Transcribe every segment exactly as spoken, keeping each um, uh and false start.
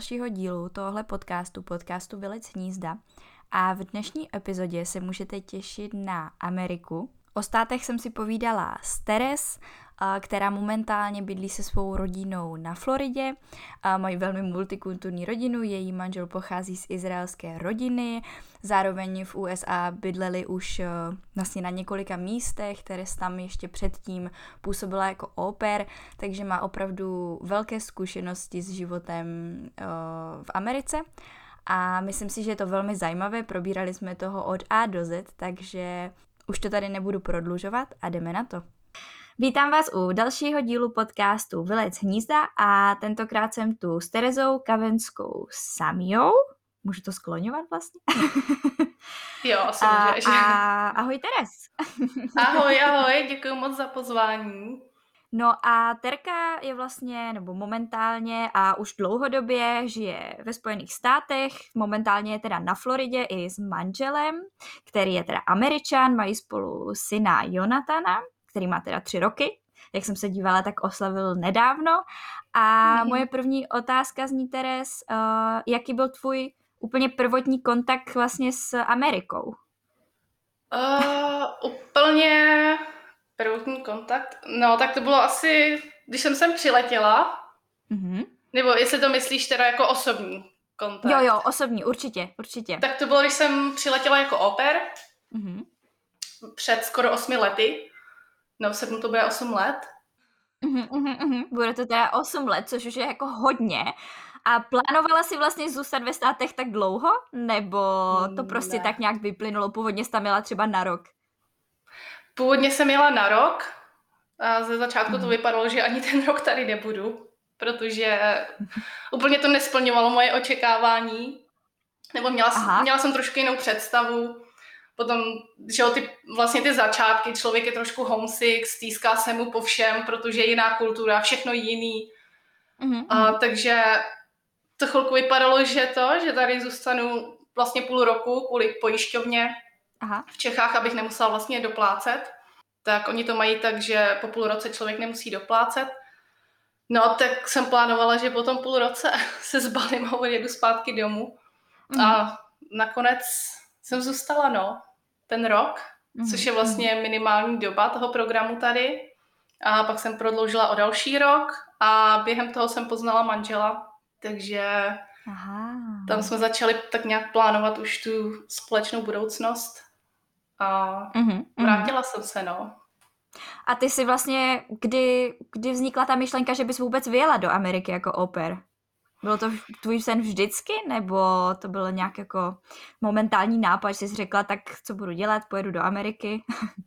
dalšího dílu tohle podcastu, podcastu Vylec hnízda. A v dnešní epizodě se můžete těšit na Ameriku. O státech jsem si povídala s Teres, která momentálně bydlí se svou rodinou na Floridě. Mají velmi multikulturní rodinu, její manžel pochází z izraelské rodiny, zároveň v U S A bydleli už vlastně na několika místech, které tam ještě předtím působila jako au pair, takže má opravdu velké zkušenosti s životem v Americe. A myslím si, že je to velmi zajímavé, probírali jsme toho od A do Z, takže už to tady nebudu prodlužovat a jdeme na to. Vítám vás u dalšího dílu podcastu Vylec hnízda a tentokrát jsem tu s Terezou Kavenskou Samijou. Můžu to skloňovat vlastně? Jo, asi a, můžeš. A ahoj Teres. Ahoj, ahoj, děkuji moc za pozvání. No a Terka je vlastně, nebo momentálně a už dlouhodobě žije ve Spojených státech, momentálně je teda na Floridě i s manželem, který je teda Američan, mají spolu syna Jonathana, který má teda tři roky, jak jsem se dívala, tak oslavil nedávno. A mm-hmm. moje první otázka zní, Teres, uh, jaký byl tvůj úplně prvotní kontakt vlastně s Amerikou? Uh, úplně... Prvotní kontakt? No, tak to bylo asi, když jsem sem přiletěla. Mm-hmm. Nebo jestli to myslíš teda jako osobní kontakt? Jo, jo, osobní, určitě, určitě. Tak to bylo, když jsem přiletěla jako au pair. Mm-hmm. Před skoro osmi lety. No, v srpnu to bude osm let. Mm-hmm, mm-hmm. Bude to teda osm let, což už je jako hodně. A plánovala jsi vlastně zůstat ve státech tak dlouho? Nebo to prostě ne. tak nějak vyplynulo? Původně jsi tam měla třeba na rok? Původně jsem jela na rok a ze začátku to vypadalo, že ani ten rok tady nebudu, protože úplně to nesplňovalo moje očekávání, nebo měla, měla jsem trošku jinou představu. Potom, že ty, vlastně ty začátky, člověk je trošku homesick, stýská se mu po všem, protože je jiná kultura, všechno jiný. Mm-hmm. A, takže to chvilku vypadalo, že to, že tady zůstanu vlastně půl roku kvůli pojišťovně. Aha. V Čechách, abych nemusela vlastně doplácet, tak oni to mají tak, že po půl roce člověk nemusí doplácet. No, tak jsem plánovala, že po tom půl roce se zbalím a odjedu zpátky domů. Mm. A nakonec jsem zůstala, no, ten rok, mm. což je vlastně minimální doba toho programu tady. A pak jsem prodloužila o další rok a během toho jsem poznala manžela, takže Aha. tam jsme začali tak nějak plánovat už tu společnou budoucnost. A mm-hmm, vrátila mm-hmm. jsem se, no. A ty si vlastně, kdy, kdy vznikla ta myšlenka, že bys vůbec vyjela do Ameriky jako au pair? Bylo to tvůj sen vždycky, nebo to bylo nějak jako momentální nápad, že jsi řekla, tak co budu dělat, pojedu do Ameriky?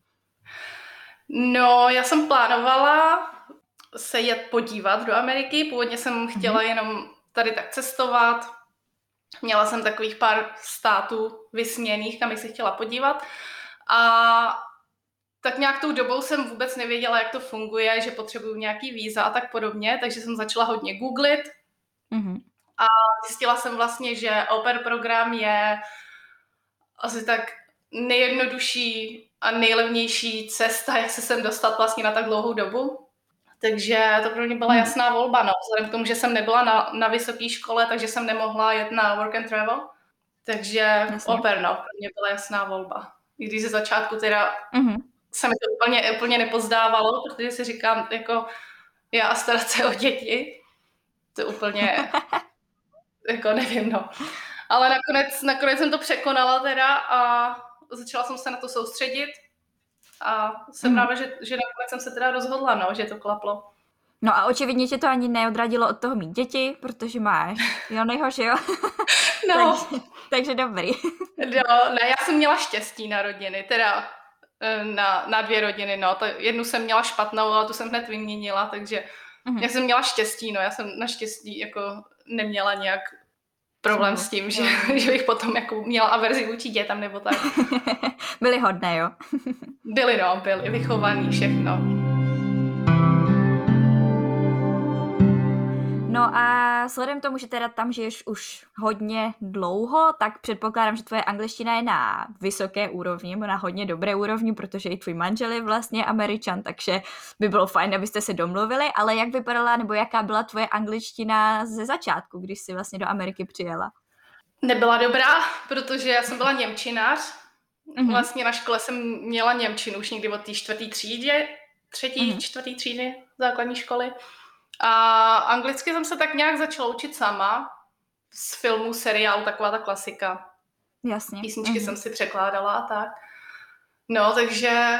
No, já jsem plánovala se jet podívat do Ameriky, původně jsem chtěla mm-hmm. jenom tady tak cestovat, měla jsem takových pár států vysněných, kam bych se chtěla podívat. A tak nějak tou dobou jsem vůbec nevěděla, jak to funguje, že potřebuju nějaký víza a tak podobně, takže jsem začala hodně googlit mm-hmm. a zjistila jsem vlastně, že au pair program je asi tak nejjednodušší a nejlevnější cesta, jak se sem dostat vlastně na tak dlouhou dobu. Takže to pro mě byla jasná volba, no. Vzhledem k tomu, že jsem nebyla na, na vysoké škole, takže jsem nemohla jet na work and travel. Takže au pair, no, pro mě byla jasná volba. I když ze začátku teda mm-hmm. se mi to úplně, úplně nepozdávalo, protože si říkám, jako já a starat se o děti, to úplně, jako nevím, no. Ale nakonec, nakonec jsem to překonala teda a začala jsem se na to soustředit a jsem mm. ráda, že, že nakonec jsem se teda rozhodla, no, že to klaplo. No a očividně tě to ani neodradilo od toho mít děti, protože máš Jonyho, že jo? No. takže, takže dobrý. No, ne, já jsem měla štěstí na rodiny, teda na, na dvě rodiny, no. To jednu jsem měla špatnou, ale tu jsem hned vyměnila, takže mm. já jsem měla štěstí, no. Já jsem naštěstí jako neměla nějak problém s tím, že, že bych potom jako měla averzi vůči dětem nebo tak. Byli hodné, jo? Byli, no, byli vychovaní, všechno. No a vzhledem tomu, že teda tam žiješ už hodně dlouho, tak předpokládám, že tvoje angličtina je na vysoké úrovni, nebo na hodně dobré úrovni, protože i tvůj manžel je vlastně Američan, takže by bylo fajn, abyste se domluvili, ale jak vypadala, nebo jaká byla tvoje angličtina ze začátku, když jsi vlastně do Ameriky přijela? Nebyla dobrá, protože já jsem byla němčinář. Mhm. Vlastně na škole jsem měla němčinu už někdy od té čtvrtý třídě, třetí, Mhm. čtvrtý třídy základní školy. A anglicky jsem se tak nějak začala učit sama. Z filmů, seriálu, taková ta klasika. Jasně. Písničky Mhm. jsem si překládala a tak. No, takže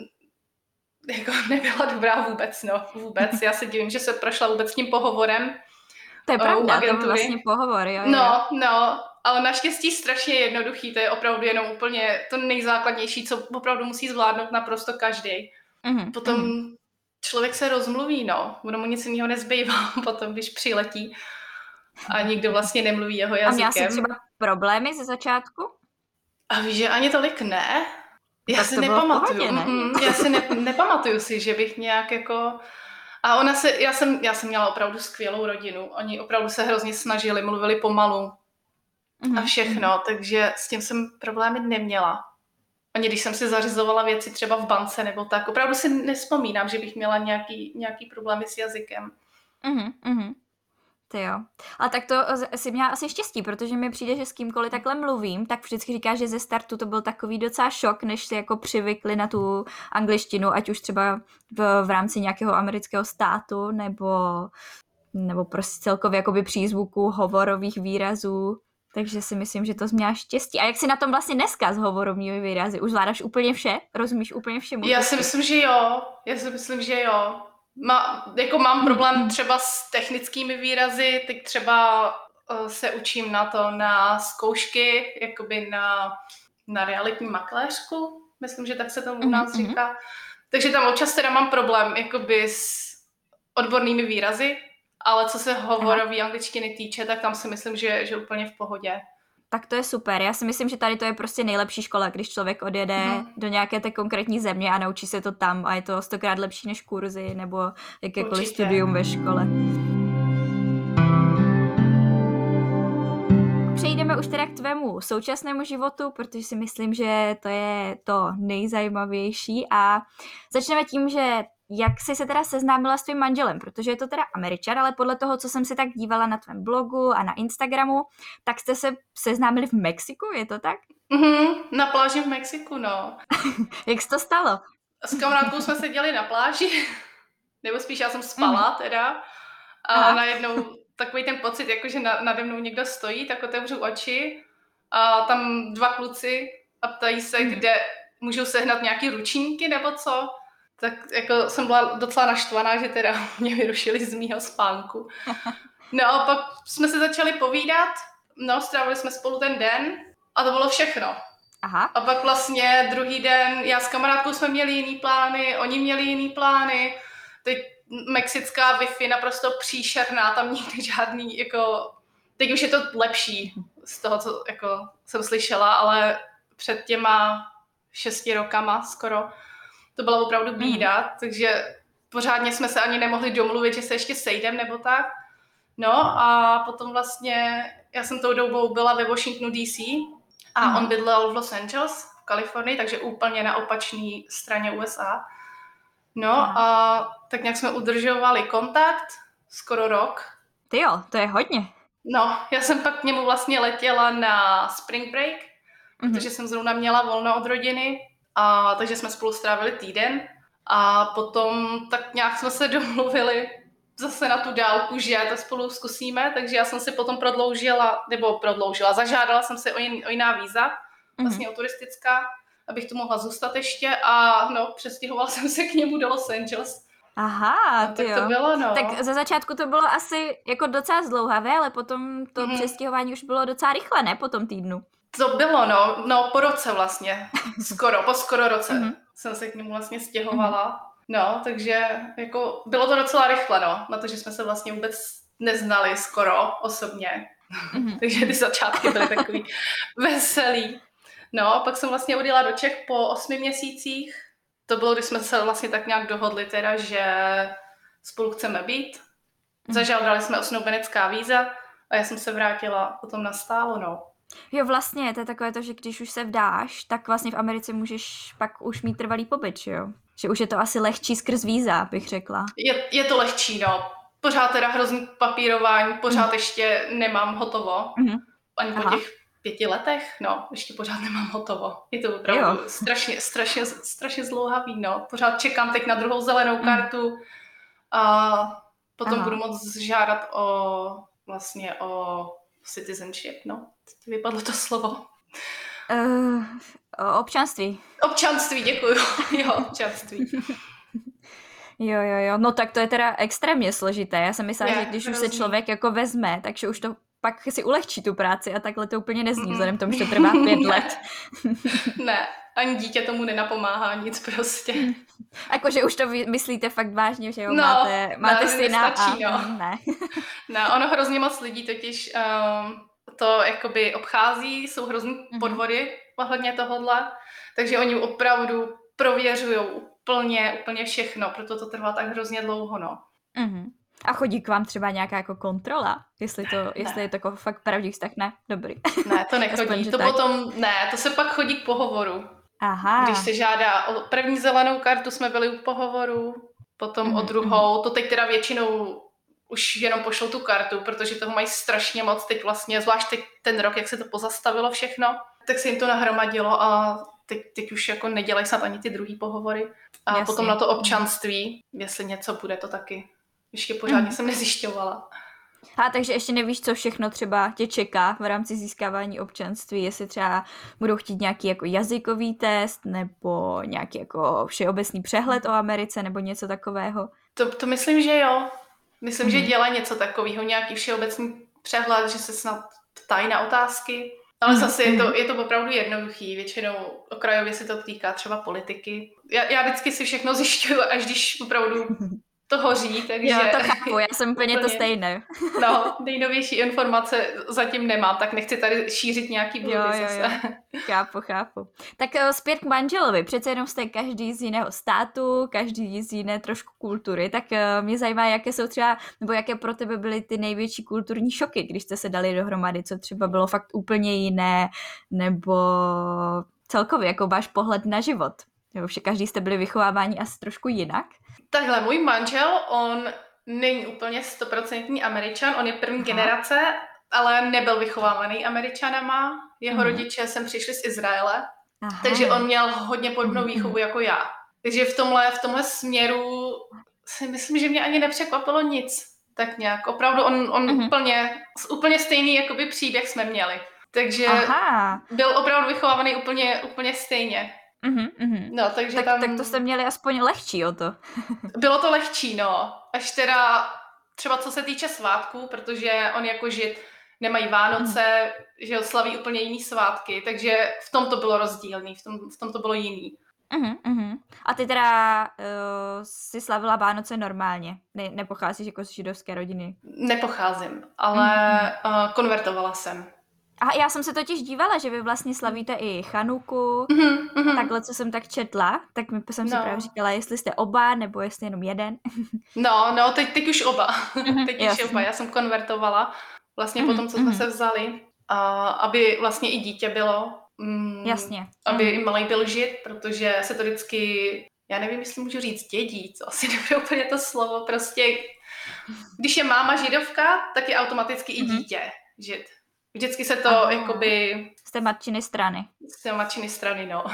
jako nebyla dobrá vůbec, no, vůbec. Já se divím, že se prošla vůbec tím pohovorem. To je u pravda, to byl agentury. vlastně pohovor, jo, jo. No, no, ale naštěstí strašně jednoduchý, to je opravdu jenom úplně to nejzákladnější, co opravdu musí zvládnout naprosto každý. Mhm, Potom mhm. člověk se rozmluví, no, ono mu nic jiného nezbývá potom, když přiletí a nikdo vlastně nemluví jeho A jazykem. měla jsi třeba problémy ze začátku? A víš, že ani tolik ne. Já Tak si to bylo v nepamatuju. pohodě, ne? Mm, já si ne, nepamatuju si, že bych nějak jako... A ona se, já jsem, já jsem měla opravdu skvělou rodinu. Oni opravdu se hrozně snažili, mluvili pomalu Mhm, a všechno, takže s tím jsem problémy neměla. Ani když jsem si zařizovala věci třeba v bance nebo tak, opravdu si nespomínám, že bych měla nějaký, nějaký problémy s jazykem. mhm, mhm. Ty jo. Ale tak to si měla asi štěstí, protože mi přijde, že s kýmkoliv takhle mluvím, tak vždycky říká, že ze startu to byl takový docela šok, než si jako přivykli na tu angličtinu, ať už třeba v, v rámci nějakého amerického státu, nebo, nebo prostě celkově jakoby přízvuku, hovorových výrazů. Takže si myslím, že to jsi měla štěstí. A jak si na tom vlastně dneska s hovorovými výrazy? Už zvládáš úplně vše? Rozumíš úplně všemu? Já si myslím, že jo. Já si myslím, že jo. Má, jako mám problém třeba s technickými výrazy, teď třeba uh, se učím na to na zkoušky, jakoby na, na realitní makléřku, myslím, že tak se tomu u nás Mhm, říká. Takže tam občas teda mám problém jakoby s odbornými výrazy, ale co se hovorové angličtiny týče, tak tam si myslím, že, že úplně v pohodě. Tak to je super. Já si myslím, že tady to je prostě nejlepší škola, když člověk odjede Mhm. do nějaké té konkrétní země a naučí se to tam a je to stokrát lepší než kurzy nebo jakékoliv Určitě. studium ve škole. Přejdeme už teda k tvému současnému životu, protože si myslím, že to je to nejzajímavější a začneme tím, že jak jsi se teda seznámila s tvým manželem, protože je to teda Američan, ale podle toho, co jsem se tak dívala na tvém blogu a na Instagramu, tak jste se seznámili v Mexiku, je to tak? Mhm, na pláži v Mexiku, no. Jak se to stalo? S kamarádkou jsme seděli na pláži, nebo spíš já jsem spala teda a Aha. najednou takový ten pocit, jako že na, nade mnou někdo stojí, tak otevřu oči a tam dva kluci a ptají se, Mhm. kde můžou sehnat nějaký ručníky nebo co. Tak jako jsem byla docela naštvaná, že teda mě vyrušili z mýho spánku. No a pak jsme se začali povídat, no strávili jsme spolu ten den a to bylo všechno. Aha. A pak vlastně druhý den, já s kamarádkou jsme měli jiný plány, oni měli jiný plány, teď mexická Wi-Fi naprosto příšerná, tam nikdy žádný, jako, teď už je to lepší z toho, co jako jsem slyšela, ale před těma šesti rokama skoro, to byla opravdu bída, mm. takže pořádně jsme se ani nemohli domluvit, že se ještě sejdem nebo tak. No a potom vlastně, já jsem tou dobou byla ve Washingtonu D C a mm. on bydlel v Los Angeles, v Kalifornii, takže úplně na opačné straně U S A. No mm. a tak nějak jsme udržovali kontakt skoro rok. Ty jo, to je hodně. No, já jsem pak k němu vlastně letěla na spring break, mm. protože jsem zrovna měla volno od rodiny, a takže jsme spolu strávili týden a potom tak nějak jsme se domluvili zase na tu dálku, že to spolu zkusíme, takže já jsem si potom prodloužila, nebo prodloužila, zažádala jsem si o, jin, o jiná víza, vlastně mm-hmm. o turistická, abych tu mohla zůstat ještě a no, přestěhovala jsem se k němu do Los Angeles. Aha, no, ty tak jo. to bylo, no. Tak ze začátku to bylo asi jako docela zdlouhavé, ale potom to mm-hmm. přestěhování už bylo docela rychle, ne, po tom týdnu. To bylo, no, no po roce vlastně, skoro, po skoro roce mm-hmm. jsem se k němu vlastně stěhovala. Mm-hmm. No, takže jako bylo to docela rychle, no, na to, že jsme se vlastně vůbec neznali skoro osobně. Mm-hmm. takže ty začátky byly takový veselý. No, pak jsem vlastně odjela do Čech po osmi měsících. To bylo, když jsme se vlastně tak nějak dohodli teda, že spolu chceme být. Zažádali jsme o snoubenecká víza a já jsem se vrátila potom na stálo, no. Jo, vlastně, to je takové to, že když už se vdáš, tak vlastně v Americe můžeš pak už mít trvalý pobyt, že jo? Že už je to asi lehčí skrz víza, bych řekla. Je, je to lehčí, no. Pořád teda hrozný papírování, pořád mm. ještě nemám hotovo. Mm. Ani po Aha. těch pěti letech, no, ještě pořád nemám hotovo. Je to opravdu jo. strašně, strašně, strašně zdlouhavý, no. Pořád čekám teď na druhou zelenou mm. kartu a potom Aha. budu moct žádat o vlastně o citizenship, no. Teď vypadlo to slovo. Uh, občanství. Občanství, děkuju. Jo, občanství. Jo, jo, jo. No tak to je teda extrémně složité. Já jsem myslela, je, že když hrozný. Už se člověk jako vezme, takže už to pak si ulehčí tu práci a takhle to úplně nezní, mm. vzhledem tomu, že to trvá pět let. Ne, ani dítě tomu nenapomáhá nic prostě. Jakože už to vy myslíte fakt vážně, že jo, no, máte, máte ne, syna nestačí, a... No. Ne. Ne, ono hrozně moc lidí totiž um, to jakoby obchází, jsou hrozný mm-hmm. podvody ohledně tohodle, takže oni opravdu prověřujou úplně, úplně všechno, proto to trvá tak hrozně dlouho, no. Mm-hmm. A chodí k vám třeba nějaká jako kontrola? Jestli, to, jestli je to jako fakt pravdivý vztah? Ne? Dobrý. Ne, to nechodí. Aspoň, to tak. Potom, ne, to se pak chodí k pohovoru. Aha. Když se žádá o první zelenou kartu, jsme byli u pohovoru, potom mm, o druhou, mm. to teď teda většinou už jenom pošlou tu kartu, protože toho mají strašně moc teď vlastně, zvlášť teď ten rok, jak se to pozastavilo všechno, tak se jim to nahromadilo a teď, teď už jako nedělají snad ani ty druhý pohovory. A Jasně. potom na to občanství, jestli něco bude, to taky ještě pořádně mm. jsem nezjišťovala. A takže ještě nevíš, co všechno třeba tě čeká v rámci získávání občanství, jestli třeba budou chtít nějaký jako jazykový test nebo nějaký jako všeobecný přehled o Americe nebo něco takového. To, to myslím, že jo. Myslím, mm. že dělají něco takového, nějaký všeobecný přehled, že se snad ptají na otázky. Ale mm. zase je to, je to opravdu jednoduchý, většinou okrajově se to týká třeba politiky. Já, já vždycky si všechno zjišťuju, až když opravdu to hoří, takže... Jo, to chápu, já jsem úplně to stejné. No, nejnovější informace zatím nemám, tak nechci tady šířit nějaký bludy zase. Jo, jo. Chápu, chápu. Tak zpět k manželovi, přece jenom jste každý z jiného státu, každý z jiné trošku kultury, tak mě zajímá, jaké jsou třeba, nebo jaké pro tebe byly ty největší kulturní šoky, když jste se dali dohromady, co třeba bylo fakt úplně jiné, nebo celkově, jako váš pohled na život. Jo, vše, každý jste byli vychováváni asi trošku jinak. Takhle, můj manžel, on není úplně stoprocentní Američan, on je první Aha. generace, ale nebyl vychovávaný Američanama. Jeho hmm. rodiče sem přišli z Izraele, Aha. takže on měl hodně podobnou výchovu jako já. Takže v tomhle, v tomhle směru si myslím, že mě ani nepřekvapilo nic. Tak nějak, opravdu on, on hmm. úplně, úplně stejný jakoby příběh jsme měli. Takže Aha. byl opravdu vychovávaný úplně, úplně stejně. Uhum, uhum. No, takže tak, tam... tak to jste měli aspoň lehčí o to. Bylo to lehčí, no. Až teda třeba co se týče svátků, protože on jako žid nemají Vánoce, uhum. že ho slaví úplně jiný svátky, takže v tom to bylo rozdílný, v tom, v tom to bylo jiný. Uhum, uhum. A ty teda uh, si slavila Vánoce normálně? Ne, nepocházíš jako z židovské rodiny? Nepocházím, ale uhum. uh, konvertovala jsem. A já jsem se totiž dívala, že vy vlastně slavíte i Chanuku, mm-hmm, mm-hmm. takhle, co jsem tak četla, tak mi jsem si no. právě říkala, jestli jste oba, nebo jestli jenom jeden. No, no, teď, teď už oba. Mm-hmm, teď už oba. Já jsem konvertovala vlastně mm-hmm, po tom, co jsme mm-hmm. se vzali, a aby vlastně i dítě bylo. Mm, Jasně. Aby mm. i malej byl žid, protože se to vždycky, já nevím, jestli můžu říct dědí, co asi nebude úplně to slovo, prostě, když je máma židovka, tak je automaticky mm-hmm. i dítě žid. Vždycky se to Aha. jakoby... Z té matčiny strany. Z té matčiny strany, no.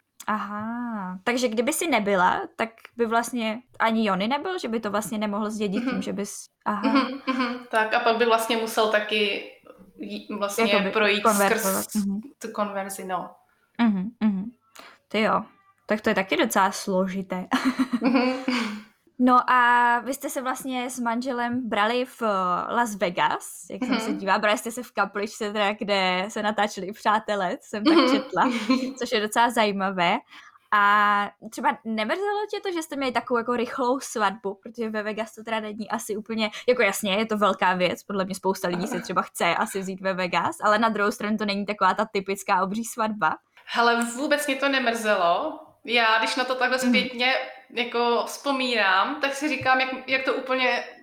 Aha, takže kdyby si nebyla, tak by vlastně ani Jony nebyl, že by to vlastně nemohl zdědit tím, mm-hmm. že bys... Aha. Mm-hmm. Tak a pak by vlastně musel taky vlastně jakoby projít skrz mm-hmm. tu konverzi, no. Mm-hmm. Ty jo, tak to je taky docela složité. Mm-hmm. No a vy jste se vlastně s manželem brali v Las Vegas, jak jsem mm-hmm. se dívala, brali jste se v kapličce, teda, kde se natáčeli Přátelé, jsem tak četla, což je docela zajímavé. A třeba nemrzelo tě to, že jste měli takovou jako rychlou svatbu, protože ve Vegas to teda není asi úplně, jako jasně, je to velká věc, podle mě spousta lidí se třeba chce asi vzít ve Vegas, ale na druhou stranu to není taková ta typická obří svatba. Hele, vůbec mě to nemrzelo. Já, když na to takhle zpětně jako vzpomínám, tak si říkám, jak, jak to úplně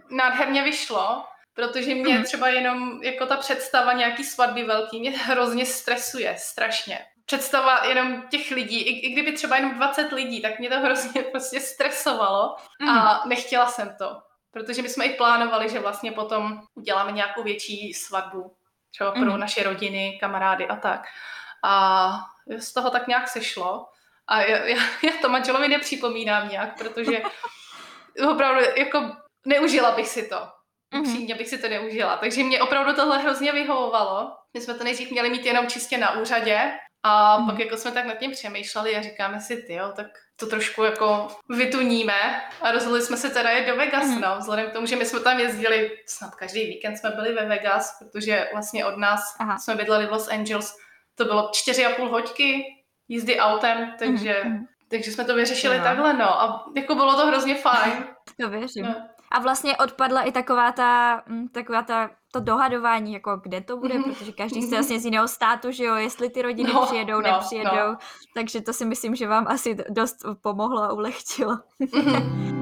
nádherně vyšlo, protože mě třeba jenom jako ta představa nějaký svatby velký mě hrozně stresuje, strašně. Představa jenom těch lidí, i, i kdyby třeba jenom dvacet lidí, tak mě to hrozně prostě stresovalo a nechtěla jsem to. Protože my jsme i plánovali, že vlastně potom uděláme nějakou větší svatbu, třeba pro mm. naše rodiny, kamarády a tak. A z toho tak nějak sešlo. A já, já, já to manželovi nepřipomínám nějak, protože opravdu jako neužila bych si to. Upřímně bych si to neužila. Takže mě opravdu tohle hrozně vyhovovalo. My jsme to nejdřív měli mít jenom čistě na úřadě a mm. pak jako jsme tak nad tím přemýšleli a říkáme si, tyjo, tak to trošku jako vytuníme a rozhodli jsme se teda jet do Vegas, mm. no, vzhledem k tomu, že my jsme tam jezdili, snad každý víkend jsme byli ve Vegas, protože vlastně od nás Aha. jsme bydleli v Los Angeles, to bylo čtyři a půl hoďky jízdy autem, takže, mm. takže jsme to vyřešili no. takhle, no, a jako bylo to hrozně fajn. To věřím. No. A vlastně odpadla i taková ta, taková ta, to dohadování, jako kde to bude, mm-hmm. protože každý jste vlastně z jiného státu, že jo, jestli ty rodiny no, přijedou, no, nepřijedou, no. takže to si myslím, že vám asi dost pomohlo a ulehčilo. Mm-hmm.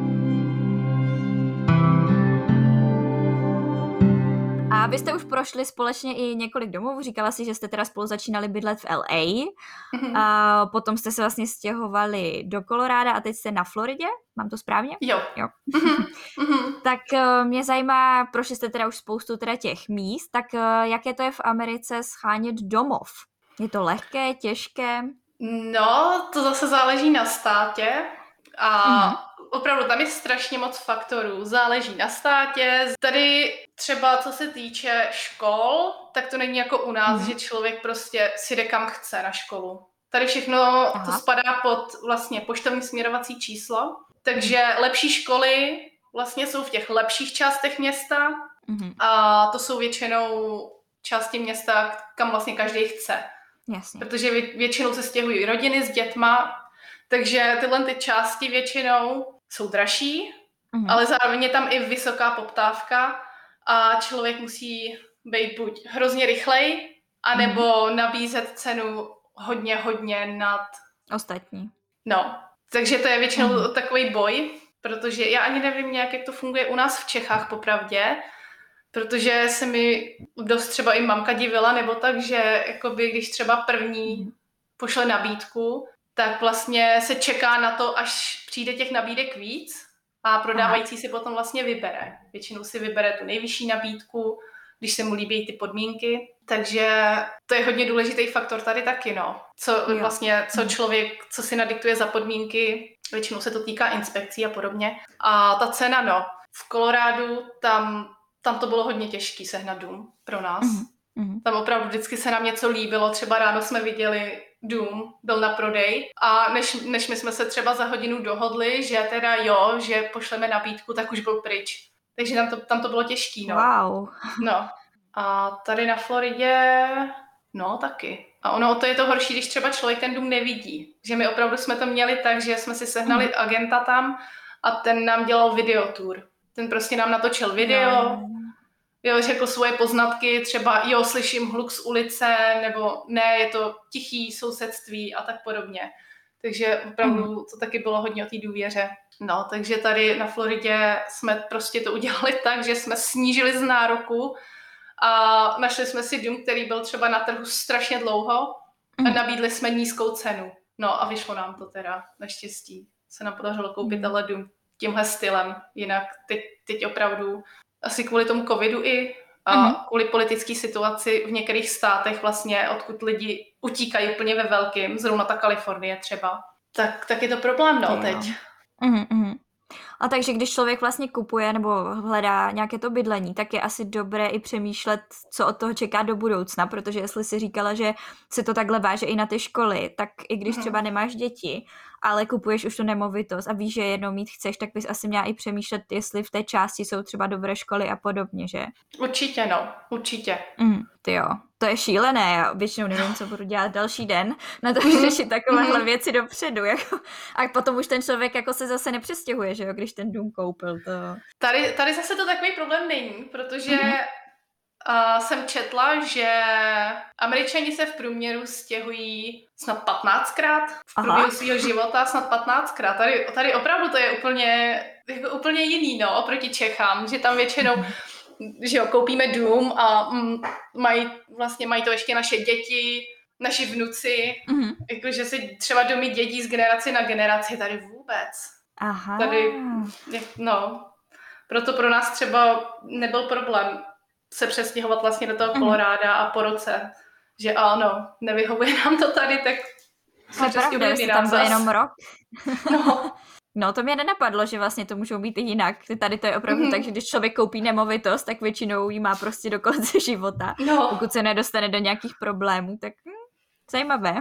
A vy jste už prošli společně i několik domovů, říkala si, že jste teda spolu začínali bydlet v L A, mm-hmm. a potom jste se vlastně stěhovali do Koloráda a teď jste na Floridě, mám to správně? Jo. jo. Mm-hmm. Tak uh, mě zajímá, prošli jste teda už spoustu teda těch míst, tak uh, jaké to je v Americe schánět domov? Je to lehké, těžké? No, to zase záleží na státě a mm-hmm. opravdu tam je strašně moc faktorů. Záleží na státě. Tady třeba co se týče škol, tak to není jako u nás, mm. že člověk prostě si jde kam chce na školu. Tady všechno Aha. to spadá pod vlastně poštovní směrovací číslo. Takže mm. lepší školy vlastně jsou v těch lepších částech města mm. a to jsou většinou části města, kam vlastně každý chce. Jasně. Protože většinou se stěhují rodiny s dětma, takže tyhle ty části většinou jsou dražší, mm. ale zároveň je tam i vysoká poptávka a člověk musí být buď hrozně rychlej, anebo mm. nabízet cenu hodně, hodně nad ostatní. No, takže to je většinou mm. takový boj, protože já ani nevím nějak, jak to funguje u nás v Čechách popravdě, protože se mi dost třeba i mamka divila, nebo tak, že jakoby, když třeba první pošle nabídku, tak vlastně se čeká na to, až přijde těch nabídek víc a prodávající Aha. si potom vlastně vybere. Většinou si vybere tu nejvyšší nabídku, když se mu líbí ty podmínky. Takže to je hodně důležitý faktor tady taky, no. Co jo. vlastně, co člověk, co si nadiktuje za podmínky, většinou se to týká inspekcí a podobně. A ta cena, no, v Kolorádu tam, tam to bylo hodně těžký sehnat dům pro nás. Mm-hmm. Tam opravdu vždycky se nám něco líbilo, třeba ráno jsme viděli dům, byl na prodej a než, než my jsme se třeba za hodinu dohodli, že teda jo, že pošleme nabídku, tak už byl pryč. Takže tam to, tam to bylo těžký, no. Wow. No. A tady na Floridě, no taky. A ono to je to horší, když třeba člověk ten dům nevidí. Že my opravdu jsme to měli tak, že jsme si sehnali mm. agenta tam a ten nám dělal videotour. Ten prostě nám natočil video, no. Jo, řekl svoje poznatky, třeba jo, slyším hluk z ulice, nebo ne, je to tichý sousedství a tak podobně. Takže opravdu mm. to taky bylo hodně o té důvěře. No, takže tady na Floridě jsme prostě to udělali tak, že jsme snížili z nároku a našli jsme si dům, který byl třeba na trhu strašně dlouho a nabídli jsme nízkou cenu. No a vyšlo nám to teda, naštěstí. Se nám podařilo koupit tenhle dům tímhle stylem. Jinak teď, teď opravdu asi kvůli tomu covidu i a mm-hmm. kvůli politické situaci v některých státech vlastně, odkud lidi utíkají úplně ve velkým, zrovna ta Kalifornie třeba, tak, tak je to problém, no, teď. Mm-hmm. A takže když člověk vlastně kupuje nebo hledá nějaké to bydlení, tak je asi dobré i přemýšlet, co od toho čeká do budoucna, protože jestli si říkala, že se to takhle váže i na ty školy, tak i když třeba nemáš děti, ale kupuješ už tu nemovitost a víš, že jednou mít chceš, tak bys asi měla i přemýšlet, jestli v té části jsou třeba dobré školy a podobně, že? Určitě, no, určitě. Mm, ty jo, to je šílené, já většinou nevím, co budu dělat další den, na to řešit takovéhle věci dopředu, jako, a potom už ten člověk jako se zase nepřestěhuje, že jo, když ten dům koupil, to... Tady, tady zase to takový problém není, protože mm-hmm. a jsem četla, že Američani se v průměru stěhují snad patnáctkrát v průběhu svého života, snad patnáctkrát. Tady, tady opravdu to je úplně, jako úplně jiný, no, oproti Čechám, že tam většinou že jo, koupíme dům a mm, mají, vlastně mají to ještě naše děti, naši vnuci, mm-hmm. jakože si třeba domy dědí z generace na generaci, tady vůbec. Aha. Tady, no, proto pro nás třeba nebyl problém se přestěhovat vlastně do toho Koloráda a po roce, že ano, nevyhovuje nám to tady, tak se přestěhujeme jinam. Tam byl jenom rok. No. No, to mě nenapadlo, že vlastně to můžou být i jinak. Tady to je opravdu mm-hmm. tak, že když člověk koupí nemovitost, tak většinou ji má prostě do konce života. No. Pokud se nedostane do nějakých problémů, tak hm, zajímavé.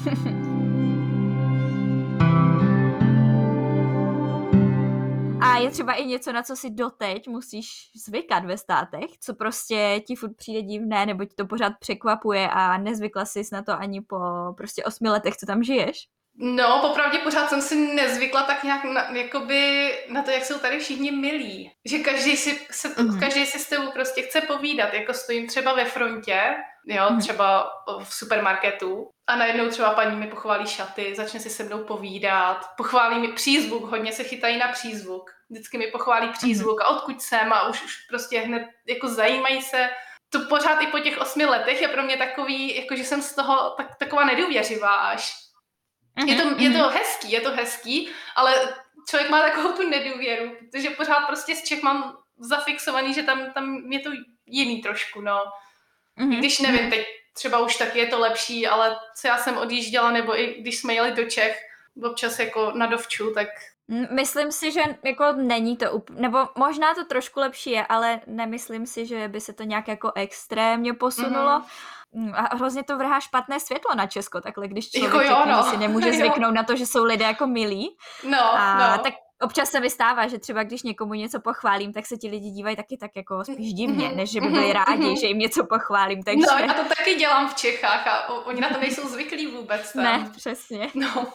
A je třeba i něco, na co si doteď musíš zvykat ve státech, co prostě ti furt přijde divné, nebo ti to pořád překvapuje a nezvykla jsi na to ani po prostě osmi letech, co tam žiješ? No, popravdě pořád jsem si nezvykla tak nějak na, jakoby na to, jak jsou tady všichni milí. Že každý si, se, mm-hmm. každý si s tebou prostě chce povídat, jako stojím třeba ve frontě, jo, mm-hmm. třeba v supermarketu a najednou třeba paní mi pochválí šaty, začne si se mnou povídat, pochválí mi přízvuk, hodně se chytají na přízvuk, vždycky mi pochválí přízvuk mm-hmm. a odkud jsem a už, už prostě hned jako zajímají se. To pořád i po těch osmi letech je pro mě takový, jako že jsem z toho tak, taková nedůvěřivá až. Mm-hmm, je, to, je to hezký, je to hezký, ale člověk má takovou tu nedůvěru, protože pořád prostě z Čech mám zafixovaný, že tam, tam je to jiný trošku, no. Mm-hmm. Když nevím, teď třeba už taky je to lepší, ale co já jsem odjížděla, nebo i když jsme jeli do Čech, občas jako na dovču, tak... Myslím si, že jako není to úplně, nebo možná to trošku lepší je, ale nemyslím si, že by se to nějak jako extrémně posunulo. Mm-hmm. A hrozně to vrhá špatné světlo na Česko, takhle, když člověk jako jo, řekne, no. že si nemůže zvyknout na to, že jsou lidé jako milí. No, a no. tak občas se vystává, že třeba když někomu něco pochválím, tak se ti lidi dívají taky tak jako spíš divně, než že by byli rádi, že jim něco pochválím. Takže... No, já to taky dělám v Čechách a oni na to nejsou zvyklí vůbec. Tam. Ne, přesně. No.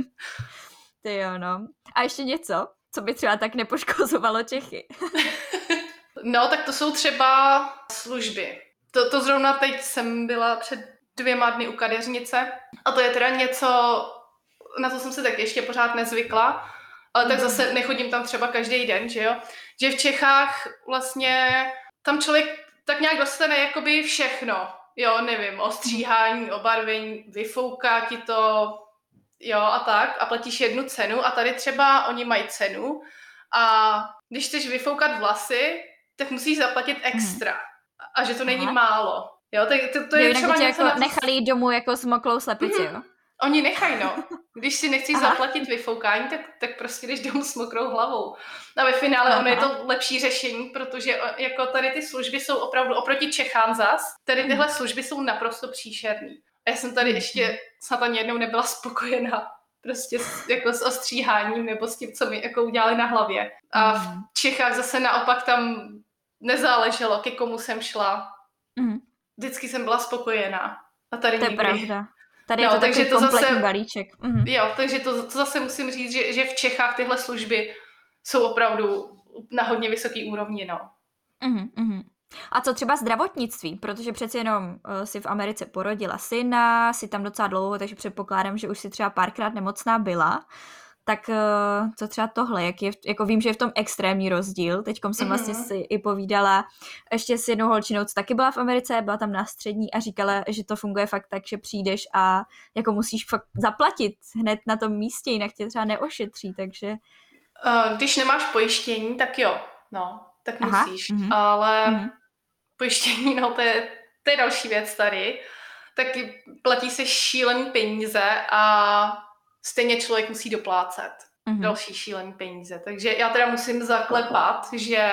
Ty jo, no. A ještě něco, co by třeba tak nepoškozovalo Čechy? No, tak to jsou třeba služby. To, to zrovna teď jsem byla před dvěma dny u kadeřnice a to je teda něco, na to jsem se tak ještě pořád nezvykla, ale tak zase nechodím tam třeba každý den, že jo? Že v Čechách vlastně tam člověk tak nějak dostane jakoby všechno, jo, nevím, ostříhání, obarvení, vyfouká ti to, jo, a tak, a platíš jednu cenu a tady třeba oni mají cenu a když chceš vyfoukat vlasy, tak musíš zaplatit extra. A že to není Aha. málo. Jo, tak to, to je, je třeba něco... Jako nechali jít domů jako s moklou slepici, mm-hmm. jo? Oni nechají, no. Když si nechceš Aha. zaplatit vyfoukání, tak, tak prostě jdeš domů s mokrou hlavou. A ve finále Aha. ono je to lepší řešení, protože jako tady ty služby jsou opravdu oproti Čechám zas, tady tyhle služby jsou naprosto příšerný. A já jsem tady ještě snad ani jednou nebyla spokojená. Prostě s, jako s ostříháním nebo s tím, co mi jako udělali na hlavě. A v Čechách zase naopak tam nezáleželo, ke komu jsem šla. Mm. Vždycky jsem byla spokojená. A tady to je nikdy. pravda. Tady no, je to takže takový to kompletní zase, balíček. Mm. Jo, takže to, to zase musím říct, že, že v Čechách tyhle služby jsou opravdu na hodně vysoký úrovni, no. Mm, mm. A co třeba zdravotnictví? Protože přeci jenom uh, si v Americe porodila syna, si tam docela dlouho, takže předpokládám, že už si třeba párkrát nemocná byla. Tak uh, co třeba tohle, jak je, jako vím, že je v tom extrémní rozdíl, teďkom jsem mm-hmm. vlastně si i povídala ještě s jednou holčinou, co taky byla v Americe, byla tam na střední a říkala, že to funguje fakt tak, že přijdeš a jako musíš fakt zaplatit hned na tom místě, jinak tě třeba neošetří, takže... Uh, když nemáš pojištění, tak jo, no, tak Aha, musíš, mm-hmm. ale mm-hmm. pojištění, no to je, to je další věc tady, taky platí se šílený peníze a stejně člověk musí doplácet mm-hmm. další šílený peníze. Takže já teda musím zaklepat, že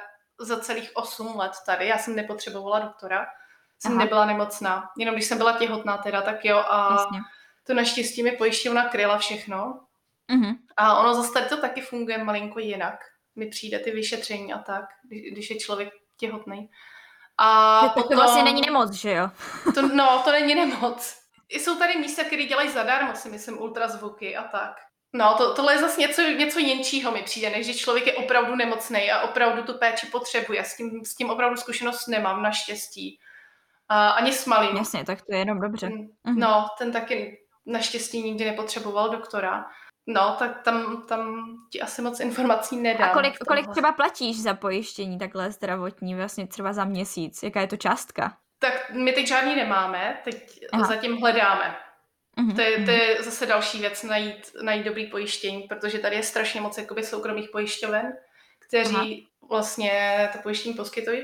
za celých osm let tady, já jsem nepotřebovala doktora, jsem Aha. nebyla nemocná. Jenom když jsem byla těhotná teda, tak jo. A Jasně. to naštěstí mi pojišťovna kryla všechno. Mm-hmm. A ono zase tady to taky funguje malinko jinak. Mi přijde ty vyšetření a tak, když je člověk těhotný. A to potom... vlastně není nemoc, že jo? to, no, to není nemoc. Jsou tady místa, které dělají zadarmo, si myslím, ultrazvuky a tak. No, to, tohle je zase něco, něco jinčího mi přijde, než že člověk je opravdu nemocný a opravdu tu péči potřebuje. S tím, s tím opravdu zkušenost nemám, naštěstí. A ani s malým. Jasně, tak to je jenom dobře. Mhm. No, ten taky naštěstí nikdy nepotřeboval doktora. No, tak tam, tam ti asi moc informací nedám. A kolik, kolik třeba platíš za pojištění takhle zdravotní, vlastně třeba za měsíc? Jaká je to částka? Tak my teď žádný nemáme, teď Aha. zatím hledáme. Mm-hmm. To, je, to je zase další věc, najít, najít dobrý pojištění, protože tady je strašně moc jakoby soukromých pojišťoven, kteří Aha. vlastně to pojištění poskytují.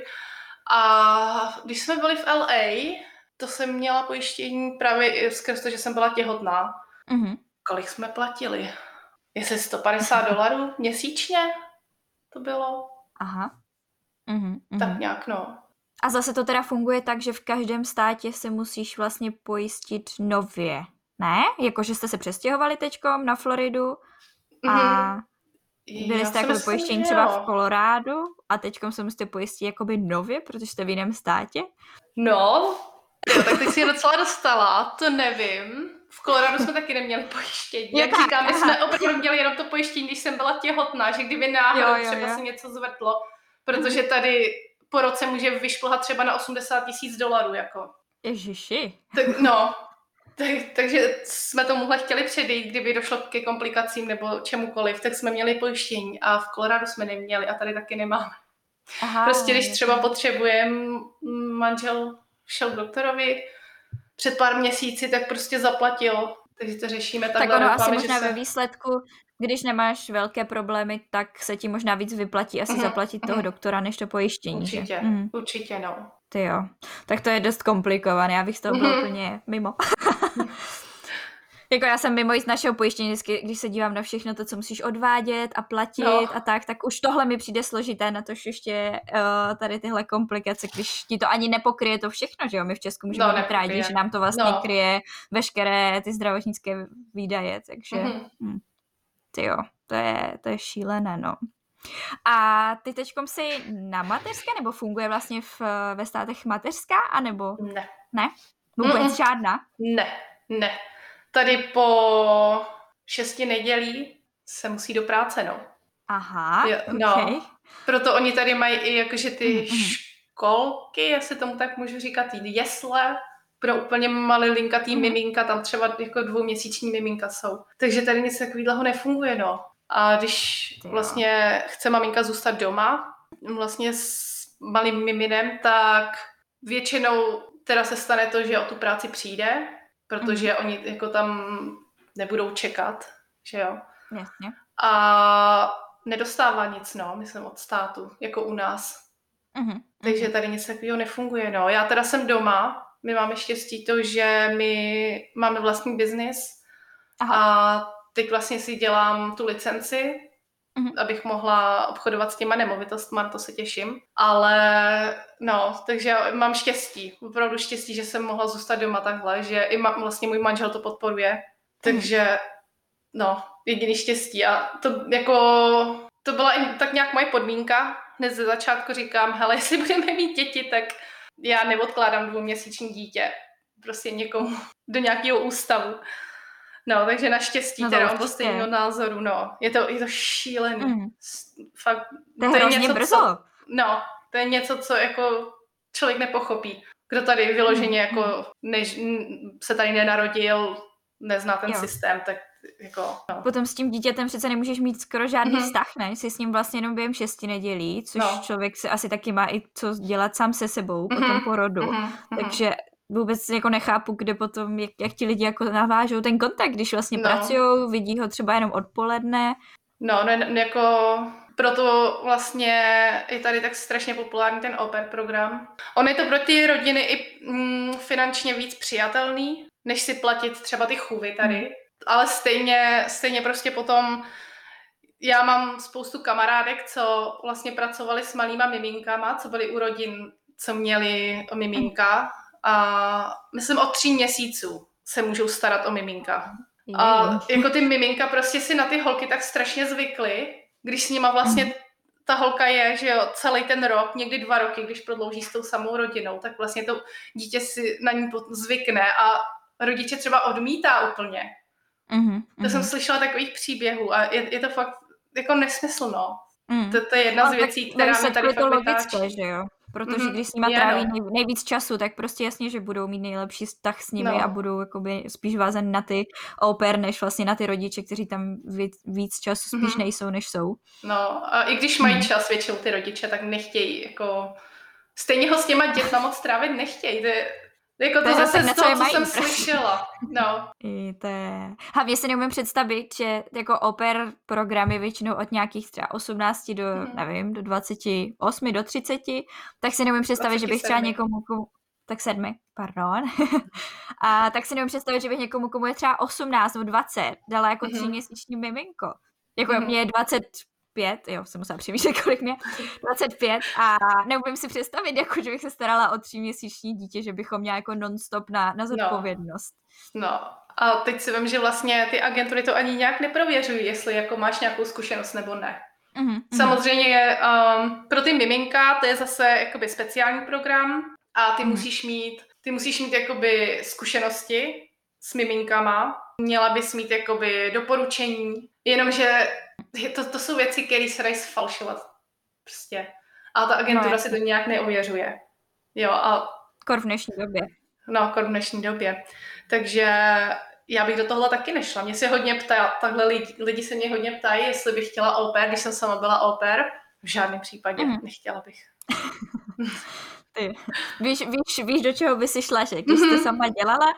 A když jsme byli v L A, to jsem měla pojištění právě skrz to, že jsem byla těhotná. Mm-hmm. Kolik jsme platili? Jestli sto padesát dolarů měsíčně to bylo? Aha. Mm-hmm. Tak nějak, no. A zase to teda funguje tak, že v každém státě se musíš vlastně pojistit nově, ne? Jakože jste se přestěhovali teďkom na Floridu a mm-hmm. byli jste jako pojištění třeba v Kolorádu a teďkom se musíte pojistit jakoby nově, protože jste v jiném státě? No, jo, tak teď si je docela dostala, to nevím. V Kolorádu jsme taky neměli pojištění. Jak tak, říkám, my jsme opravdu měli jenom to pojištění, když jsem byla těhotná, že kdyby náhodou třeba jo. si něco zvrtlo, protože tady po roce může vyšplhat třeba na osmdesát tisíc dolarů, jako. Ježiši. Tak, no, tak, takže jsme tomuhle chtěli předejít, kdyby došlo ke komplikacím nebo čemukoliv, tak jsme měli pojištění a v Kolorádu jsme neměli a tady taky nemáme. Aha, prostě když třeba potřebujeme, manžel šel k doktorovi před pár měsíci, tak prostě zaplatil, takže to řešíme takhle. Tak ono doufáme, asi možná se... ve výsledku, když nemáš velké problémy, tak se ti možná víc vyplatí asi mm-hmm. zaplatit toho doktora, než to pojištění. Určitě, že? Mm. určitě, no. Ty jo, tak to je dost komplikované, já bych z toho byla mm-hmm. úplně mimo. Jako já jsem mimo i z našeho pojištění, když se dívám na všechno to, co musíš odvádět a platit no. a tak, tak už tohle mi přijde složité, na to ještě uh, tady tyhle komplikace, když ti to ani nepokryje to všechno, že jo, my v Česku můžeme no, být rádi, že nám to vlastně no. kryje veškeré ty zdravotnické výdaje, takže mm-hmm. hm, ty jo, to je, to je šílené, no. A ty teďkom jsi na mateřské, nebo funguje vlastně v, ve státech mateřská, anebo? Ne. Ne? Vůbec mm-mm. žádná? Ne, ne. Tady po šesti nedělí se musí do práce, no. Aha, jo, no. Okay. Proto oni tady mají i jakože ty mm-hmm. školky, jestli tomu tak můžu říkat, jesle, pro úplně malilinkatý mm-hmm. miminka, tam třeba jako dvouměsíční miminka jsou. Takže tady nic takového nefunguje, no. A když vlastně chce maminka zůstat doma, vlastně s malým miminem, tak většinou teda se stane to, že o tu práci přijde, protože mm. oni jako tam nebudou čekat, že jo. Jasně. A nedostává nic, no, myslím od státu, jako u nás. Mm. Takže tady nic takového nefunguje, no. Já teda jsem doma, my máme štěstí to, že my máme vlastní biznis a teď vlastně si dělám tu licenci, mm-hmm. abych mohla obchodovat s těma nemovitostma, na to se těším. Ale no, takže mám štěstí, opravdu štěstí, že jsem mohla zůstat doma takhle, že i ma, vlastně můj manžel to podporuje. Takže mm-hmm. no, jediný štěstí. A to jako, to byla i tak nějak moje podmínka. Hned ze začátku říkám, hele, jestli budeme mít děti, tak já neodkládám dvouměsíční dítě prostě někomu do nějakého ústavu. No, takže naštěstí no teda on byl stejného názoru, no. Je to, je to šílený. Mm. Fakt, to je, to je něco, brzo. Co, no, to je něco, co jako člověk nepochopí. Kdo tady vyloženě mm. jako než, se tady nenarodil, nezná ten jo. systém, tak jako, no. Potom s tím dítětem přece nemůžeš mít skoro žádný mm-hmm. vztah, ne? Jsi s ním vlastně jenom během šesti nedělí, což no. člověk si asi taky má i co dělat sám se sebou mm-hmm. po tom porodu. Mm-hmm. Takže vůbec jako nechápu, kde potom, jak, jak ti lidi jako navážou ten kontakt, když vlastně no. pracujou, vidí ho třeba jenom odpoledne. No, no, jako proto vlastně je tady tak strašně populární ten au pair program. On je to pro ty rodiny i mm, finančně víc přijatelný, než si platit třeba ty chůvy tady. Mm. Ale stejně, stejně prostě potom já mám spoustu kamarádek, co vlastně pracovali s malýma miminkama, co byli u rodin, co měli miminka. A myslím od tří měsíců se můžou starat o miminka. A jako ty miminka prostě si na ty holky tak strašně zvykly, když s nima vlastně ta holka je, že jo, celý ten rok, někdy dva roky, když prodlouží s tou samou rodinou, tak vlastně to dítě si na ní zvykne a rodiče třeba odmítá úplně. Mm-hmm. To jsem slyšela takových příběhů a je, je to fakt jako nesmysl, no. Mm. To, to je jedna no, z věcí, tak která mi tady je to fakt logické, vytáčí. že jo? Protože Mm-hmm. když s nima Je, tráví no. nej, nejvíc času, tak prostě jasně, že budou mít nejlepší vztah s nimi No. a budou jakoby spíš vázen na ty au pair, než vlastně na ty rodiče, kteří tam víc, víc času spíš Mm-hmm. nejsou, než jsou. No a i když mají mm. čas většinou ty rodiče, tak nechtějí jako... Stejně ho s těma dětma moc trávit nechtějí. To je, jako to, to zase z toho, co jsem prostě slyšela. No. I to je... Hlavně si neumím představit, že jako au pair programy většinou od nějakých třeba osmnácti do, mm. nevím, do dvaceti osmi, do třiceti, tak si neumím představit, dvacet sedm. Že bych třeba někomu... Komu, tak sedmi, pardon. A tak si neumím představit, že bych někomu, komu je třeba osmnáct nebo dvacet, dala jako mm-hmm. tříměsíční miminko. Jako mm-hmm. mě je dvacet pět, jo, jsem musela přemýšlet, kolik mě, dvacet pět a neumím si představit, jako, že bych se starala o tříměsíční dítě, že bychom měla jako non-stop na, na zodpovědnost. No. no, a teď si vím, že vlastně ty agentury to ani nějak neprověřují, jestli jako máš nějakou zkušenost nebo ne. Mm-hmm. Samozřejmě um, pro ty miminka to je zase jakoby speciální program a ty mm-hmm. musíš mít, ty musíš mít jakoby zkušenosti s miminkama, měla bys mít jakoby doporučení, jenomže to, to jsou věci, které se dají sfalšovat prostě. A ta agentura no, si to nějak neověřuje. Jo, a... Kor v dnešní době. No, kor v dnešní době. Takže já bych do tohle taky nešla. Mě se hodně ptá, takhle lidi, lidi se mě hodně ptají, jestli bych chtěla au pair, když jsem sama byla au pair. V žádném případě mm. nechtěla bych. Ty, víš, víš, víš, do čeho by si šla, že? Když jsi to sama dělala?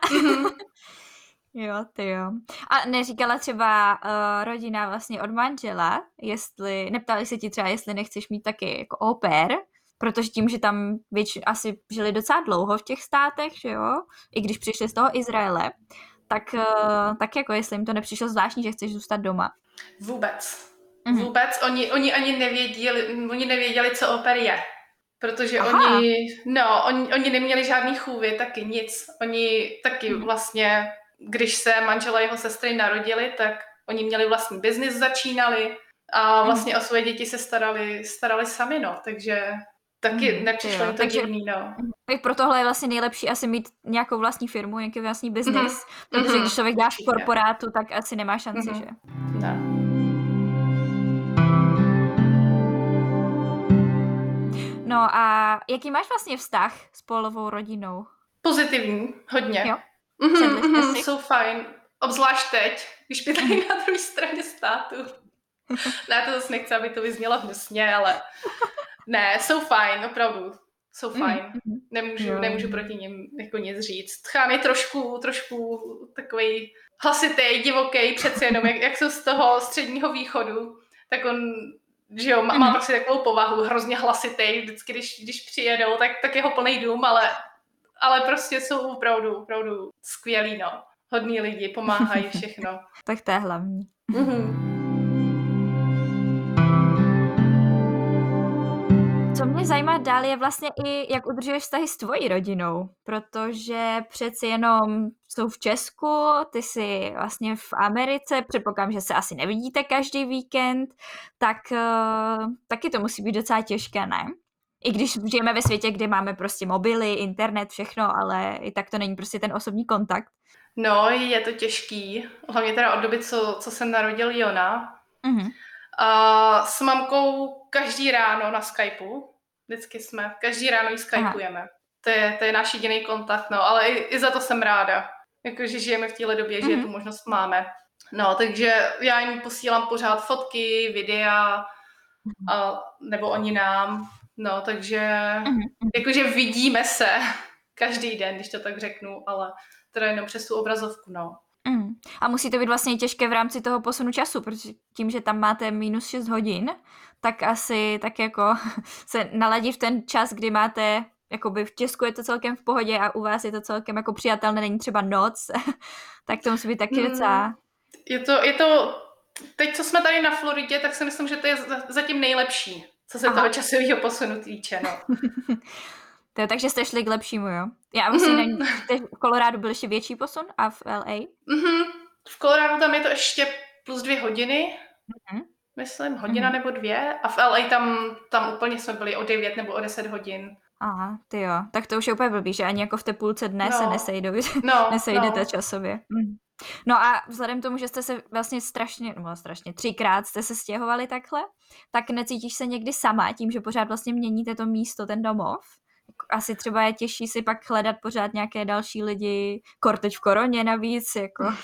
Jo, ty jo. A neříkala třeba uh, rodina vlastně od manžela, jestli, neptali se ti třeba, jestli nechceš mít taky jako au pair, protože tím, že tam větši, asi žili docela dlouho v těch státech, že jo, i když přišli z toho Izraele, tak, uh, tak jako jestli jim to nepřišlo zvláštní, že chceš zůstat doma. Vůbec. Mm-hmm. Vůbec. Oni, oni ani nevěděli, oni nevěděli, co au pair je. Protože Aha. oni, no, oni, oni neměli žádný chůvy, taky nic. Oni taky mm. vlastně, když se manžela jeho sestry narodili, tak oni měli vlastní biznis, začínali a vlastně mm. o svoje děti se starali, starali sami, no. Takže taky mm, nepřišlo jim to divný, no. Tak pro tohle je vlastně nejlepší asi mít nějakou vlastní firmu, nějaký vlastní biznis, mm-hmm. protože mm-hmm. když člověk dáš v korporátu, tak asi nemá šanci, mm-hmm. že? No. No a jaký máš vlastně vztah s Paulovou rodinou? Pozitivní, hodně. Jo? Mm-hmm, mm-hmm, jsou fajn. Obzvlášť teď, když bydlí na druhé straně státu. Ne, to zase nechci, aby to vyznělo hnusně, ale ne, jsou fajn, opravdu. Jsou fajn. Mm-hmm. Nemůžu, nemůžu proti nim jako nic říct. Chám je trošku, trošku takovej hlasitej, divokej, přece jenom, jak, jak jsou z toho středního východu, tak on... že jo, má, má prostě takovou povahu, hrozně hlasitej, vždycky, když, když přijedou, tak, tak je ho plný dům, ale, ale prostě jsou opravdu, opravdu skvělí, no. Hodní lidi, pomáhají všechno. Tak to je hlavní. Mm-hmm. Co mě zajímá dál je vlastně i, jak udržuješ vztahy s tvojí rodinou, protože přeci jenom jsou v Česku, ty jsi vlastně v Americe, předpokládám, že se asi nevidíte každý víkend, tak uh, taky to musí být docela těžké, ne? I když žijeme ve světě, kde máme prostě mobily, internet, všechno, ale i tak to není prostě ten osobní kontakt. No, je to těžký, hlavně teda od doby, co, co se narodil Jona. Mm-hmm. A s mamkou každý ráno na Skypeu, vždycky jsme, každý ráno ji skypujeme. To je, to je náš jediný kontakt, no, ale i, i za to jsem ráda. Jakože žijeme v téhle době, mm-hmm. že tu možnost máme. No, takže já jim posílám pořád fotky, videa, a, nebo oni nám. No, takže mm-hmm. jakože vidíme se každý den, když to tak řeknu, ale teda jenom přes tu obrazovku, no. Mm. A musí to být vlastně těžké v rámci toho posunu času, protože tím, že tam máte minus šest hodin, tak asi tak jako se naladí v ten čas, kdy máte, jakoby v Česku je to celkem v pohodě a u vás je to celkem jako přijatelné, není třeba noc, tak to musí být taky docela... Je to, je to, teď co jsme tady na Floridě, tak si myslím, že to je zatím nejlepší, co se Aha. toho časového posunu týče, no. To, takže jste šli k lepšímu, jo? Já musím mm-hmm. nevím, v Kolorádu byl ještě větší posun a v L A? Mm-hmm. V Kolorádu tam je to ještě plus dvě hodiny, mm-hmm. myslím, hodina mm-hmm. nebo dvě a v L A tam, tam úplně jsme byli o devět nebo o deset hodin. Aha, ty jo, tak to už je úplně blbý, že ani jako v té půlce dne no. se nesejdou, no, nesejdete no. časově. Mm. No a vzhledem k tomu, že jste se vlastně strašně, no strašně třikrát jste se stěhovali takhle, tak necítíš se někdy sama tím, že pořád vlastně měníte to místo, ten domov? Asi třeba je těžší si pak hledat pořád nějaké další lidi, kor teď v koroně navíc, jako.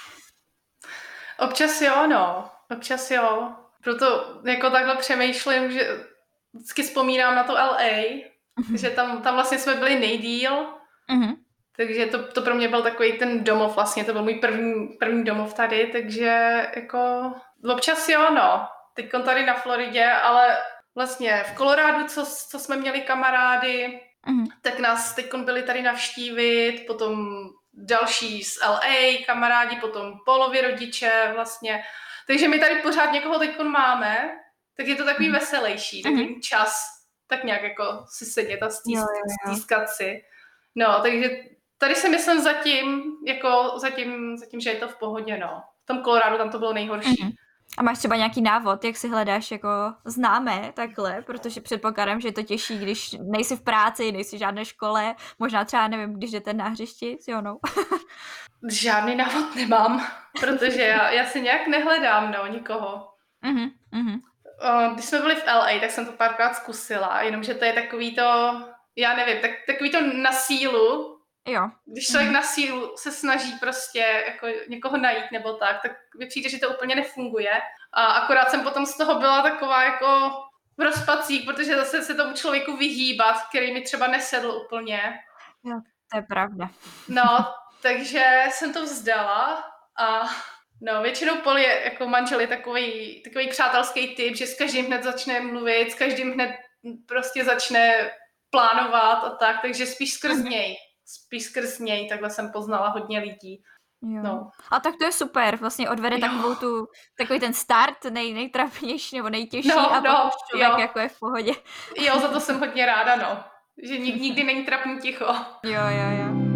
Občas jo, no. Občas jo. Proto jako takhle přemýšlím, že vždycky vzpomínám na to L A, mm-hmm. že tam, tam vlastně jsme byli nejdýl, mm-hmm. takže to, to pro mě byl takový ten domov vlastně, to byl můj první, první domov tady, takže jako občas jo, no. Teďkon tady na Floridě, ale vlastně v Kolorádu, co, co jsme měli kamarády, mm-hmm. tak nás teďkon byli tady navštívit, potom další z L A kamarádi, potom Polovi rodiče vlastně. Takže my tady pořád někoho teďkon máme, tak je to takový veselější, takový mm-hmm. čas, tak nějak jako si sedět a stísk, jo, jo, jo. stískat si. No, takže tady si myslím zatím, jako zatím, zatím, že je to v pohodě, no. V tom Kolorádu tam to bylo nejhorší. Mm-hmm. A máš třeba nějaký návod, jak si hledáš jako známé takhle, protože předpokládám, že je to těžší, když nejsi v práci, nejsi v žádné škole, možná třeba, nevím, když jdete na hřišti s Jonou. Žádný návod nemám, protože já, já si nějak nehledám, no, nikoho. Uh-huh, uh-huh. Když jsme byli v L A, tak jsem to párkrát zkusila, jenomže to je takový to, já nevím, tak, takový to na sílu. Jo. Když člověk na sílu se snaží prostě jako někoho najít nebo tak, tak mi přijde, že to úplně nefunguje. A akorát jsem potom z toho byla taková jako v rozpacích, protože zase se tomu člověku vyhýbat, který mi třeba nesedl úplně. Jo, to je pravda. No, takže jsem to vzdala a no, většinou Pol je jako manžel je takový, takový přátelský typ, že s každým hned začne mluvit, s každým hned prostě začne plánovat a tak, takže spíš skrz něj. Spíš skrz něj, takhle jsem poznala hodně lidí. Jo. No. A tak to je super, vlastně odvede jo. takovou tu, takový ten start nej, nejtrapnější nebo nejtěžší no, a no, potom člověk jo. jako je v pohodě. Jo, za to jsem hodně ráda, no. Že nikdy není trapný ticho. Jo, jo, jo.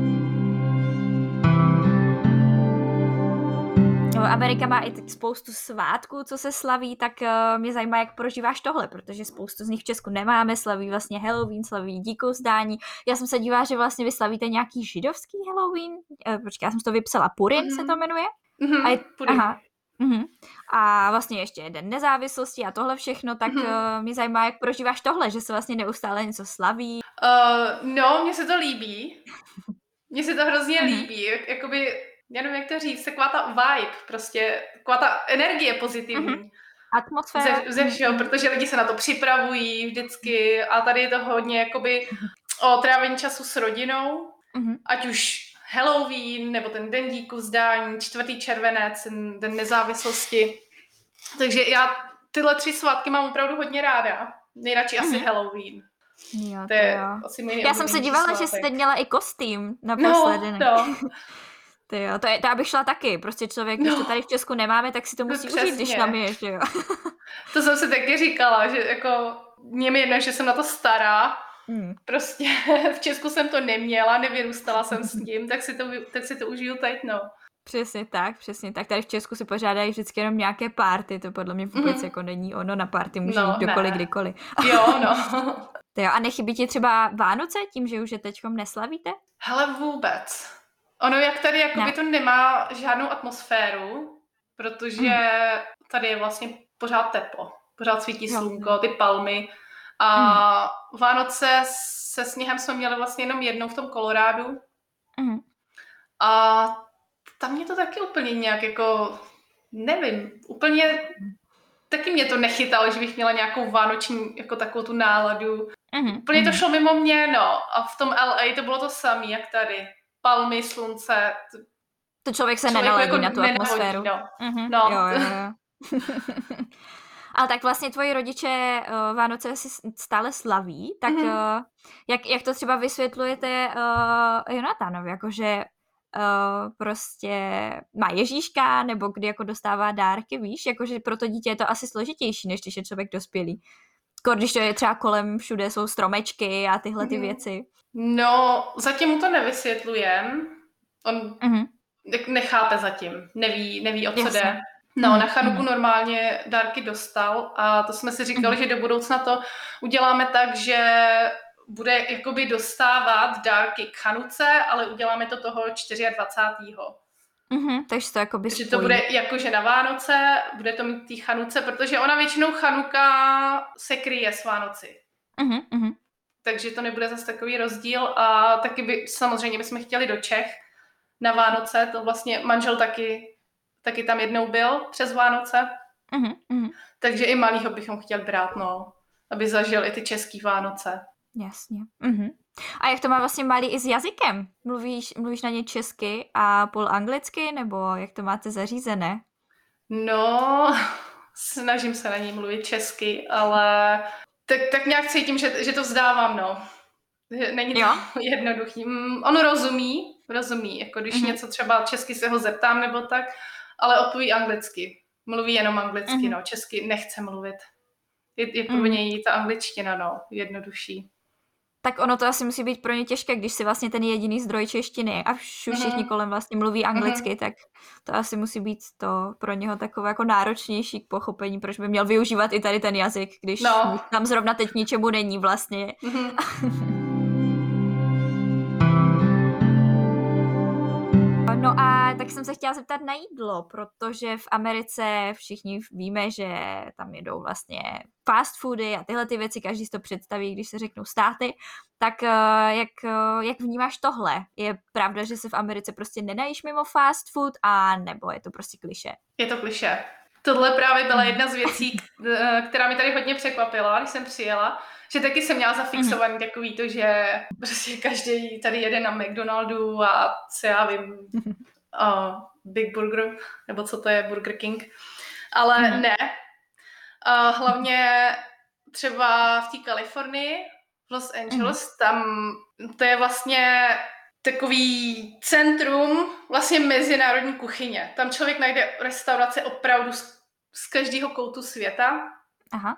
Amerika má i spoustu svátků, co se slaví, tak uh, mě zajímá, jak prožíváš tohle, protože spoustu z nich v Česku nemáme, slaví vlastně Halloween, slaví díkou zdání. Já jsem se dívala, že vlastně vy slavíte nějaký židovský Halloween, uh, počkej, já jsem to vypsala, Purim mm-hmm. se to jmenuje? Mm-hmm, a, je, Purim. Aha, uh-huh. A vlastně ještě Den nezávislosti a tohle všechno, tak mm-hmm. uh, mě zajímá, jak prožíváš tohle, že se vlastně neustále něco slaví. Uh, no, mně se to líbí. Mně se to hrozně mm-hmm. líbí, jakoby já nevím, jak to říct, taková ta vibe, prostě taková ta energie pozitivní. Mm-hmm. Atmosféra. Ze, ze všeho, protože lidi se na to připravují vždycky a tady je to hodně jakoby o trávení času s rodinou, mm-hmm. ať už Halloween, nebo ten Den díku vzdání, čtvrtý červenec, ten Den nezávislosti. Takže já tyhle tři svátky mám opravdu hodně ráda. Nejradši mm-hmm. asi Halloween. Jo, to to je jo. Asi můj já jsem se dívala, svátek. že jste měla i kostým naposledy. No, no. To jo, to, je, to abych šla taky. Prostě člověk, když no. to tady v Česku nemáme, tak si to musí no, užít, když tam je, že jo. To jsem si taky říkala, že jako mě mi jedno, že jsem na to stará. Hmm. Prostě v Česku jsem to neměla, nevyrůstala jsem s tím, tak si to, tak si to užiju teď, no. Přesně tak, přesně tak. Tady v Česku si pořádají vždycky jenom nějaké party, to podle mě vůbec mm. jako není ono, na party může no, jít kdokoliv, kdykoliv. Jo, no. To jo, a nechybí ti třeba Vánoce tím, že už je teďkom neslavíte? Hele, vůbec. Ono, jak tady jakoby ne. to nemá žádnou atmosféru, protože mm. tady je vlastně pořád teplo, pořád svítí slunko, ty palmy a mm. Vánoce se sněhem jsme měli vlastně jenom jednou v tom Kolorádu mm. a tam mě to taky úplně nějak jako, nevím, úplně taky mě to nechytalo, že bych měla nějakou vánoční, jako takovou tu náladu. Mm. Úplně to šlo mimo mě, no, a v tom L A to bylo to samé, jak tady. Palmy, slunce. To člověk se nenaladí jako na tu nenahodí, atmosféru. No. Mm-hmm. No. Jo, jo, jo. Ale tak vlastně tvoji rodiče uh, Vánoce si stále slaví, tak mm-hmm. uh, jak, jak to třeba vysvětlujete uh, Jonatánovi, jakože uh, prostě má Ježíška, nebo kdy jako dostává dárky, víš, jakože pro to dítě je to asi složitější, než když je člověk dospělý. Když to je třeba kolem všude jsou stromečky a tyhle ty mm-hmm. věci. No, zatím mu to nevysvětlujem. On mm-hmm. nechápe zatím, neví, neví o co Jasně. jde. No, mm-hmm. na Chanuku normálně dárky dostal a to jsme si říkali, mm-hmm. že do budoucna to uděláme tak, že bude jakoby dostávat dárky k Chanuce, ale uděláme to toho dvacátého čtvrtého Mm-hmm, takže to jakoby že spojí. to bude jakože na Vánoce, bude to mít tý Chanuce, protože ona většinou Chanuka se kryje s Vánoci. Mm-hmm. Takže to nebude zase takový rozdíl a taky by, samozřejmě bychom chtěli do Čech na Vánoce, to vlastně manžel taky, taky tam jednou byl přes Vánoce, Mm-hmm. takže i malýho bychom chtěli brát, no, aby zažil i ty český Vánoce. Jasně. Mm-hmm. A jak to má vlastně malý i s jazykem? Mluvíš, mluvíš na ně česky a půl anglicky, nebo jak to máte zařízené? No, snažím se na ní mluvit česky, ale tak, tak nějak cítím, že, že to vzdávám, no. Není to jo? jednoduchý. On rozumí, rozumí, jako když mm-hmm. něco třeba česky se ho zeptám nebo tak, ale odpoví anglicky. Mluví jenom anglicky, mm-hmm. no, česky nechce mluvit. Je, je pro mm-hmm. něj ta angličtina, no, jednodušší. Tak ono to asi musí být pro ně těžké, když si vlastně ten jediný zdroj češtiny a všichni mm-hmm. kolem vlastně mluví anglicky, mm-hmm. tak to asi musí být to pro něho takové jako náročnější k pochopení, proč by měl využívat i tady ten jazyk, když no. tam zrovna teď ničemu není vlastně. Mm-hmm. No a tak jsem se chtěla zeptat na jídlo, protože v Americe všichni víme, že tam jedou vlastně fast foody a tyhle ty věci, každý si to představí, když se řeknou státy. Tak jak, jak vnímáš tohle? Je pravda, že se v Americe prostě nenajíš mimo fast food, a nebo je to prostě klišé? Je to klišé. Tohle právě byla jedna z věcí, která mi tady hodně překvapila, když jsem přijela, že taky jsem měla zafixovaný mm-hmm. takový to, že prostě každý tady jede na McDonaldu a co já vím, uh, Big Burger, nebo co to je, Burger King. Ale mm-hmm. ne. Uh, hlavně třeba v té Kalifornii, v Los Angeles, mm-hmm. tam to je vlastně takový centrum vlastně mezinárodní kuchyně. Tam člověk najde restaurace opravdu z, z každého koutu světa. Aha.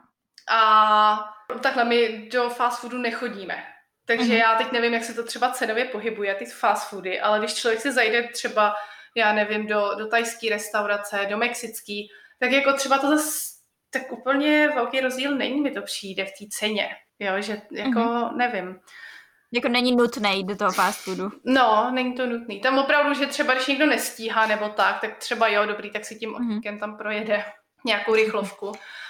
A takhle my do fast foodu nechodíme. Takže mm-hmm. já teď nevím, jak se to třeba cenově pohybuje, ty fast foody, ale když člověk se zajde třeba, já nevím, do, do thajský restaurace, do mexický, tak jako třeba to zase tak úplně velký rozdíl není, mi to přijde v té ceně. Jo, že jako mm-hmm. nevím. Jako není nutné jít do toho fast foodu. No, není to nutný. Tam opravdu, že třeba když někdo nestíhá nebo tak, tak třeba jo, dobrý, tak si tím okýnkem mm-hmm. tam projede nějakou rychlovku.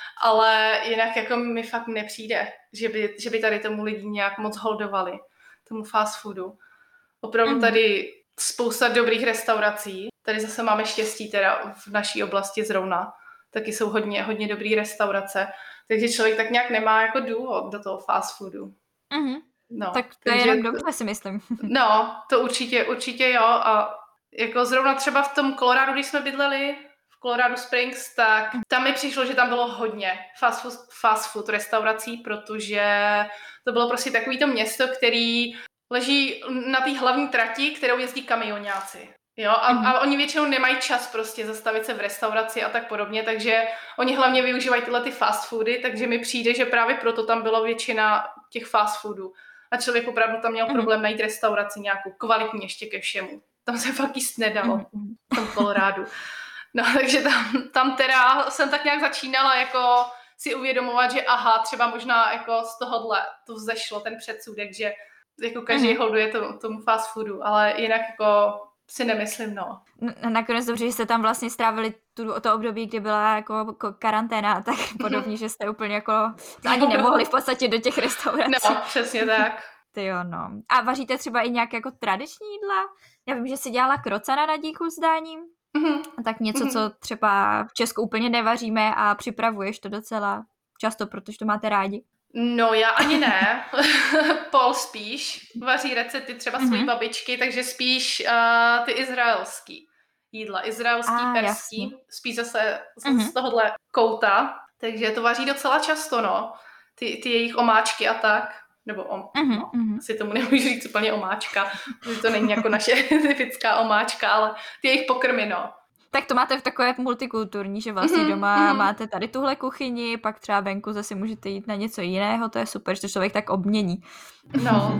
Ale jinak jako mi fakt nepřijde, že by, že by tady tomu lidi nějak moc holdovali, tomu fast foodu. Opravdu mm-hmm. tady spousta dobrých restaurací. Tady zase máme štěstí teda v naší oblasti zrovna. Taky jsou hodně, hodně dobrý restaurace. Takže člověk tak nějak nemá jako důvod do toho fast foodu. Mm-hmm. No, tak to takže, je jenom dobře, si myslím. No, to určitě, určitě jo. A jako zrovna třeba v tom Coloradu, když jsme bydleli, v Colorado Springs, tak tam mi přišlo, že tam bylo hodně fast food, fast food restaurací, protože to bylo prostě takový to město, který leží na té hlavní trati, kterou jezdí kamioňáci. Jo, a, mm-hmm. a oni většinou nemají čas prostě zastavit se v restauraci a tak podobně, takže oni hlavně využívají tyhle ty fast foody, takže mi přijde, že právě proto tam bylo většina těch fast foodů. A člověk opravdu tam měl problém najít restauraci nějakou kvalitní ještě ke všemu. Tam se fakt jíst nedalo, v tom Kolorádu. No, takže tam, tam teda jsem tak nějak začínala jako si uvědomovat, že aha, třeba možná jako z tohohle to vzešlo, ten předsudek, že jako každý holduje to, tomu fast foodu, ale jinak jako si nemyslím, no. Nakonec dobře, že jste tam vlastně strávili tu, to období, kdy byla jako karanténa a tak podobně, že jste úplně jako ani nemohli v podstatě do těch restaurací. No, přesně tak. Ty jo, no. A vaříte třeba i nějaké jako tradiční jídla? Já vím, že jsi dělala krocana na díku s dáním. Mm-hmm. Tak něco, mm-hmm. co třeba v Česku úplně nevaříme a připravuješ to docela často, protože to máte rádi. No já ani ne. Paul spíš vaří recepty třeba mm-hmm. svojí babičky, takže spíš uh, ty izraelský jídla. Izraelský, ah, perský, jasný. Spíš zase z, mm-hmm. z tohohle kouta. Takže to vaří docela často, no. Ty, ty jejich omáčky a tak. Nebo om, mm-hmm. no, asi tomu nemůžu říct úplně omáčka, protože to není jako naše typická omáčka, ale ty jejich pokrmy, no. Tak to máte v takové multikulturní, že vlastně mm-hmm, doma mm-hmm. máte tady tuhle kuchyni, pak třeba venku zase můžete jít na něco jiného, to je super, že to člověk tak obmění. No.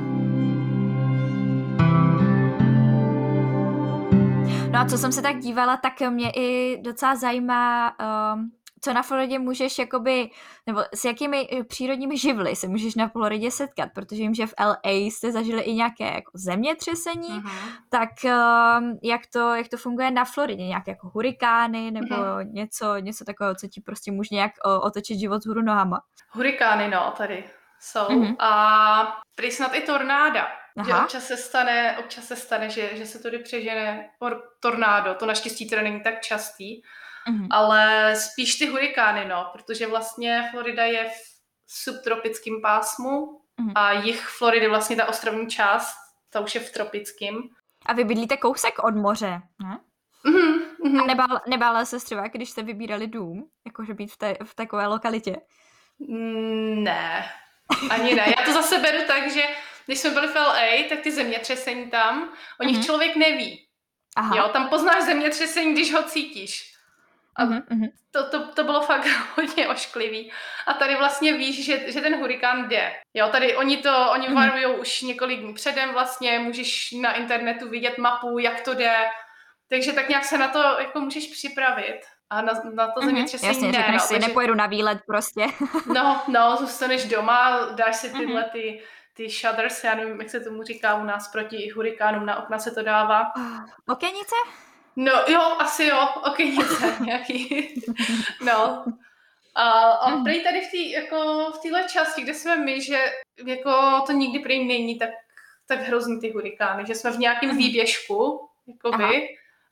No a co jsem se tak dívala, tak mě i docela zajímá, um, co na Floridě můžeš jakoby, nebo s jakými přírodními živly se můžeš na Floridě setkat, protože vím, že v L A jste zažili i nějaké jako zemětřesení, uh-huh. tak um, jak, to, jak to funguje na Floridě, nějaké jako hurikány nebo uh-huh. něco, něco takového, co ti prostě může nějak o, otočit život z hůru nohama? Hurikány, no, tady jsou. Uh-huh. A prý snad i tornáda. Aha. Že občas se stane, občas se stane, že, že se tady přežene tornádo. To naštěstí teda není tak častý. Mm-hmm. Ale spíš ty hurikány, no, protože vlastně Florida je v subtropickém pásmu mm-hmm. a jih Floridy, vlastně ta ostrovní část, ta už je v tropickém. A vy bydlíte kousek od moře, ne? Mm-hmm. A nebála, nebála se třeba, když jste vybírali dům, jakože být v, té, v takové lokalitě? Ne, ani ne. Já to zase beru tak, že když jsme byli v L A, tak ty zemětřesení tam, o nich mm-hmm. člověk neví. Aha. Jo, tam poznáš zemětřesení, když ho cítíš. A mm-hmm. to, to, to bylo fakt hodně ošklivý. A tady vlastně víš, že, že ten hurikán jde. Jo, tady oni to, oni mm-hmm. varujou už několik dní předem vlastně, můžeš na internetu vidět mapu, jak to jde. Takže tak nějak se na to jako můžeš připravit. A na, na to zemětřesení mm-hmm. Jasně, ne. řekneš No, si, takže... nepojedu na výlet prostě. no, no, zůstaneš doma, dáš si tyhle mm-hmm. ty, ty shutters, já nevím, jak se tomu říká u nás, proti hurikánům, na okna se to dává. Okénice? No jo, asi jo, okénice nějaký. No. A, a prý tady v té jako v téhle části, kde jsme my, že jako to nikdy prý není tak, tak hrozný ty hurikány, že jsme v nějakém výběžku, jakoby.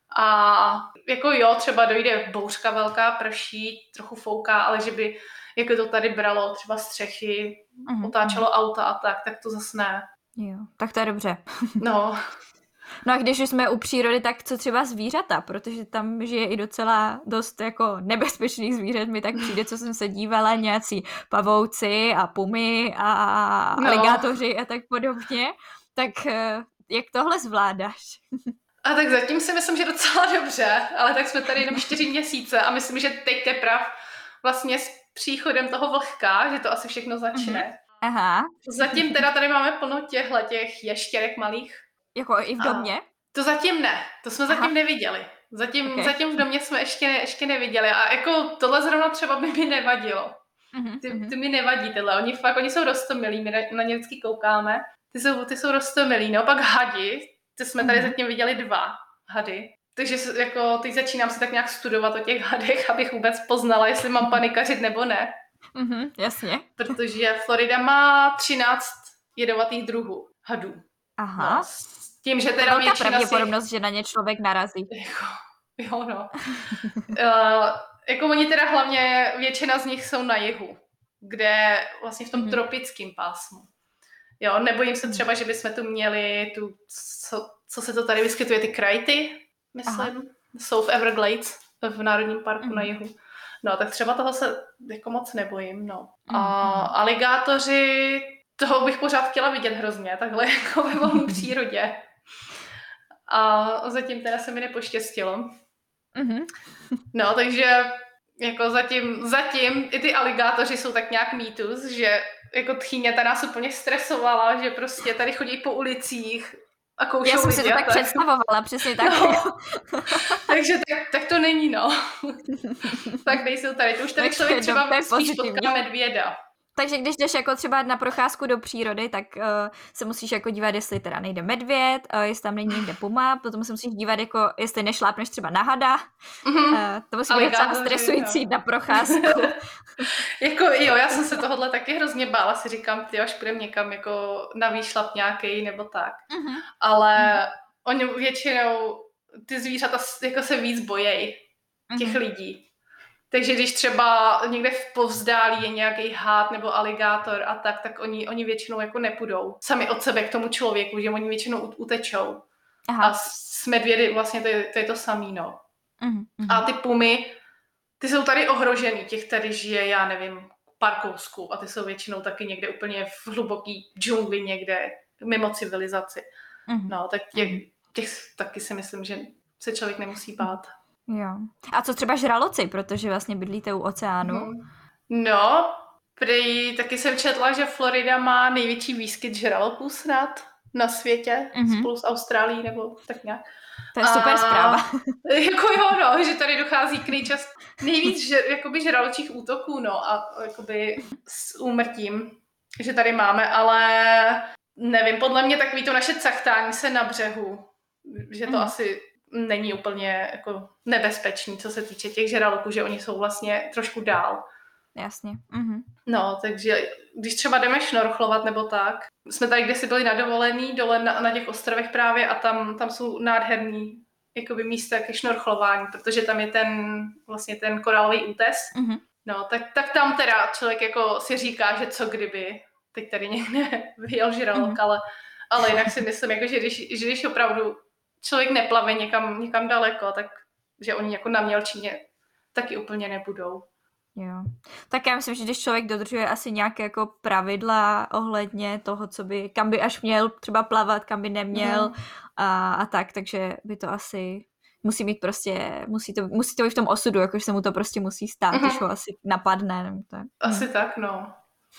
A jako jo, třeba dojde bouřka velká, prší, trochu fouká, ale že by jako to tady bralo třeba střechy, uh-huh. otáčelo auta a tak, tak to zase ne. Jo, tak to je dobře. No. No a když už jsme u přírody, tak co třeba zvířata, protože tam žije i docela dost jako nebezpečných zvířat, mi tak přijde, co jsem se dívala, nějací pavouci a pumy a no. aligátoři a tak podobně. Tak jak tohle zvládáš? A tak zatím si myslím, že docela dobře, ale tak jsme tady jenom čtyři měsíce a myslím, že teď teprve vlastně s příchodem toho vlhka, že to asi všechno začne. Mm-hmm. Aha. Zatím teda tady máme plno těchhle těch ještěrek malých. Jako i v domě? A to zatím ne, to jsme Aha. zatím neviděli. Zatím, okay. zatím v domě jsme ještě, ještě neviděli a jako tohle zrovna třeba by mi nevadilo. Mm-hmm. Ty, ty mi nevadí tyhle, oni fakt, oni jsou roztomilí, my na, na ně vždycky koukáme. Ty jsou, ty jsou roztomilí, no pak hadi, ty jsme tady mm-hmm. zatím viděli dva hady. Takže jako teď začínám si tak nějak studovat o těch hadech, abych vůbec poznala, jestli mám panikařit nebo ne. Mm-hmm, jasně. Protože Florida má třináct jedovatých druhů hadů. Aha. No, s tím, že teda většina si... pravděpodobnost, že na ně člověk narazí. Jako, jo, no. uh, jako oni teda hlavně, většina z nich jsou na jihu, kde vlastně v tom mm-hmm. tropickém pásmu. Jo, nebojím se třeba, že bychom tu měli tu, co, co se to tady vyskytuje, ty krajty, myslím, Aha. jsou v Everglades, v Národním parku mm. na jihu. No, tak třeba toho se jako moc nebojím, no. Mm. A aligátoři, toho bych pořád chtěla vidět hrozně, takhle jako ve volné přírodě. A zatím teda se mi nepoštěstilo. Mm-hmm. No, takže jako zatím, zatím i ty aligátoři jsou tak nějak mýtus, že jako tchýně ta nás úplně stresovala, že prostě tady chodí po ulicích a koušou lidi. Já jsem si to tak, tak představovala, přesně tak. No. Takže tak, tak to není, no. Tak nejsou tady. To už tady člověk třeba spíš potká medvěda. Takže když jdeš jako třeba na procházku do přírody, tak uh, se musíš jako dívat, jestli teda nejde medvěd, uh, jestli tam není někde puma, potom se musíš dívat, jako jestli nešlápneš třeba na hada. Mm-hmm. Uh, to musí být docela stresující na procházku. Jako jo, já jsem se tohohle taky hrozně bála, si říkám, ty až půjdem někam jako na výšlap nějaký nebo tak. Mm-hmm. Ale mm-hmm. oni většinou, ty zvířata jako se víc bojejí těch mm-hmm. lidí. Takže když třeba někde v povzdálí je nějaký hád nebo aligátor a tak, tak oni, oni většinou jako nepůjdou sami od sebe k tomu člověku, že oni většinou utečou. Aha. A s medvědy vlastně to je to, je to samý, no. Uh-huh. A ty pumy, ty jsou tady ohrožený, těch tady žije, já nevím, pár kousků a ty jsou většinou taky někde úplně v hluboký džungli někde, mimo civilizaci. Uh-huh. No, tak těch, těch taky si myslím, že se člověk nemusí bát. Jo. A co třeba žraloci, protože vlastně bydlíte u oceánu? Hmm. No, prý taky jsem četla, že Florida má největší výskyt žraloků snad na světě, mm-hmm. spolu s Austrálií nebo tak nějak. To je super a, zpráva. Jako jo, no, že tady dochází k nejčas, nejvíc že, jakoby žraločích útoků, no, a jakoby s úmrtím, že tady máme, ale nevím, podle mě takový to naše cachtání se na břehu, že to mm. asi není úplně jako nebezpečný, co se týče těch žraloků, že oni jsou vlastně trošku dál. Jasně. Mm-hmm. No, takže když třeba jdeme šnorchlovat nebo tak, jsme tady kdysi byli na dovolený dole na, na těch ostrovech právě a tam, tam jsou nádherný jakoby místa ke šnorchlování, protože tam je ten vlastně ten korálový útes. Mm-hmm. No, tak, tak tam teda člověk jako si říká, že co kdyby teď tady někde vyjel žralok, mm-hmm. ale, ale jinak si myslím, jako, že, když, že když opravdu člověk neplave někam, někam daleko, tak že oni jako na mělčině taky úplně nebudou. Jo. Tak já myslím, že když člověk dodržuje asi nějaké jako pravidla ohledně toho, co by, kam by až měl třeba plavat, kam by neměl mm. a, a tak, takže by to asi musí mít prostě, musí to, musí to být v tom osudu, jakože se mu to prostě musí stát, mm. když ho asi napadne. Nevím, to je. Asi mm. tak, no.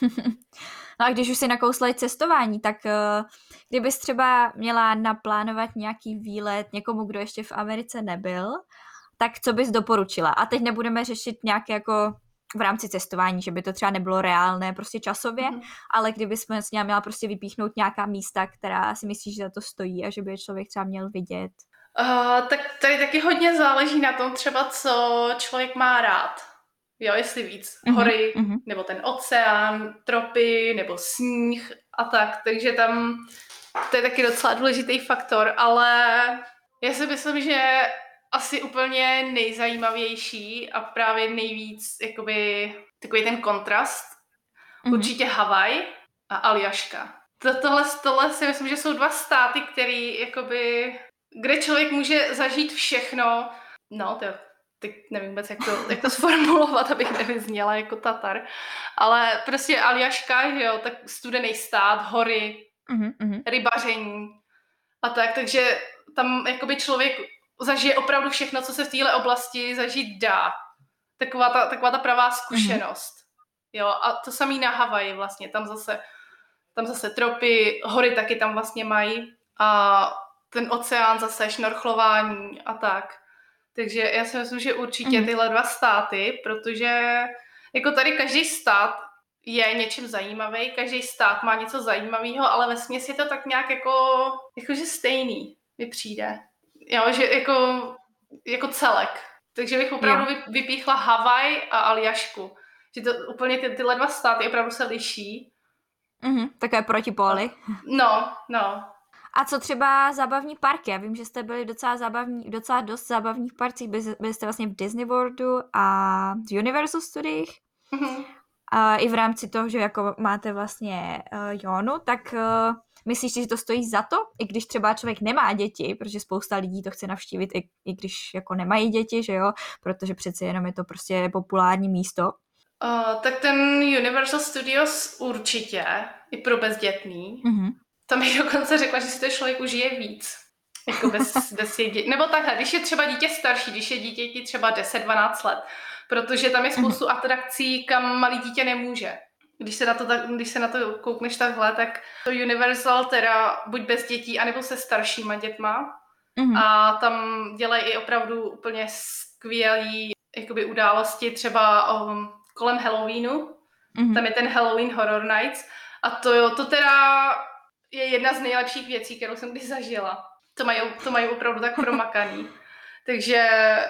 No a když už si nakouslali cestování, tak uh, kdybys třeba měla naplánovat nějaký výlet někomu, kdo ještě v Americe nebyl, tak co bys doporučila? A teď nebudeme řešit nějaké jako v rámci cestování, že by to třeba nebylo reálné prostě časově, mm. ale kdybychom s měla prostě vypíchnout nějaká místa, která si myslíš, že za to stojí a že by je člověk třeba měl vidět. Uh, tak tady taky hodně záleží na tom třeba, co člověk má rád. Jo, jestli víc mm-hmm. hory, mm-hmm. nebo ten oceán, tropy, nebo sníh a tak. Takže tam to je taky docela důležitý faktor, ale já si myslím, že asi úplně nejzajímavější a právě nejvíc jakoby takový ten kontrast. Mm-hmm. Určitě Havaj a Aljaška. To, tohle, tohle si myslím, že jsou dva státy, který jakoby, kde člověk může zažít všechno. No, to teď nevím vůbec, jak to, jak to sformulovat, abych nevyzněla jako Tatar. Ale prostě Aljaška, že jo, tak studený stát, hory, mm-hmm. rybaření a tak. Takže tam jakoby člověk zažije opravdu všechno, co se v téhle oblasti zažít dá. Taková ta, taková ta pravá zkušenost. Mm-hmm. Jo, a to samý na Havaji vlastně. Tam zase, tam zase tropy, hory taky tam vlastně mají. A ten oceán zase, šnorchlování a tak. Takže já si myslím, že určitě mm-hmm. tyhle dva státy, protože jako tady každý stát je něčím zajímavý, každý stát má něco zajímavého, ale vesměs je to tak nějak jako, jakože stejný mi přijde. Jo, že jako, jako celek. Takže bych opravdu jo. vypíchla Havaj a Aljašku. Že to úplně ty, tyhle dva státy opravdu se liší. Mhm, takové protipóly. No, no. A co třeba zábavní parky? Já vím, že jste byli docela zábavní, docela dost zábavních parcích. Byli, byli jste vlastně v Disney Worldu a v Universal Studiích. Mhm. A i v rámci toho, že jako máte vlastně uh, Jonu, tak uh, myslíš si, že to stojí za to? I když třeba člověk nemá děti, protože spousta lidí to chce navštívit, i, i když jako nemají děti, že jo? Protože přece jenom je to prostě populární místo. Uh, tak ten Universal Studios určitě, i pro bezdětný. Mm-hmm. Tam bych dokonce řekla, že si to člověk užije víc. Jako bez, bez dětí. Nebo takhle, když je třeba dítě starší, když je dítěti třeba deset dvanáct let, protože tam je spoustu mm-hmm. atrakcí, kam malý dítě nemůže. Když se na to, když se na to koukneš takhle, tak to Universal teda buď bez dětí, anebo se staršíma dětma. Mm-hmm. A tam dělají i opravdu úplně skvělý jakoby události, třeba um, kolem Halloweenu. Mm-hmm. Tam je ten Halloween Horror Nights. A to jo, to teda je jedna z nejlepších věcí, kterou jsem kdy zažila. To mají, to mají opravdu tak promakaný. Takže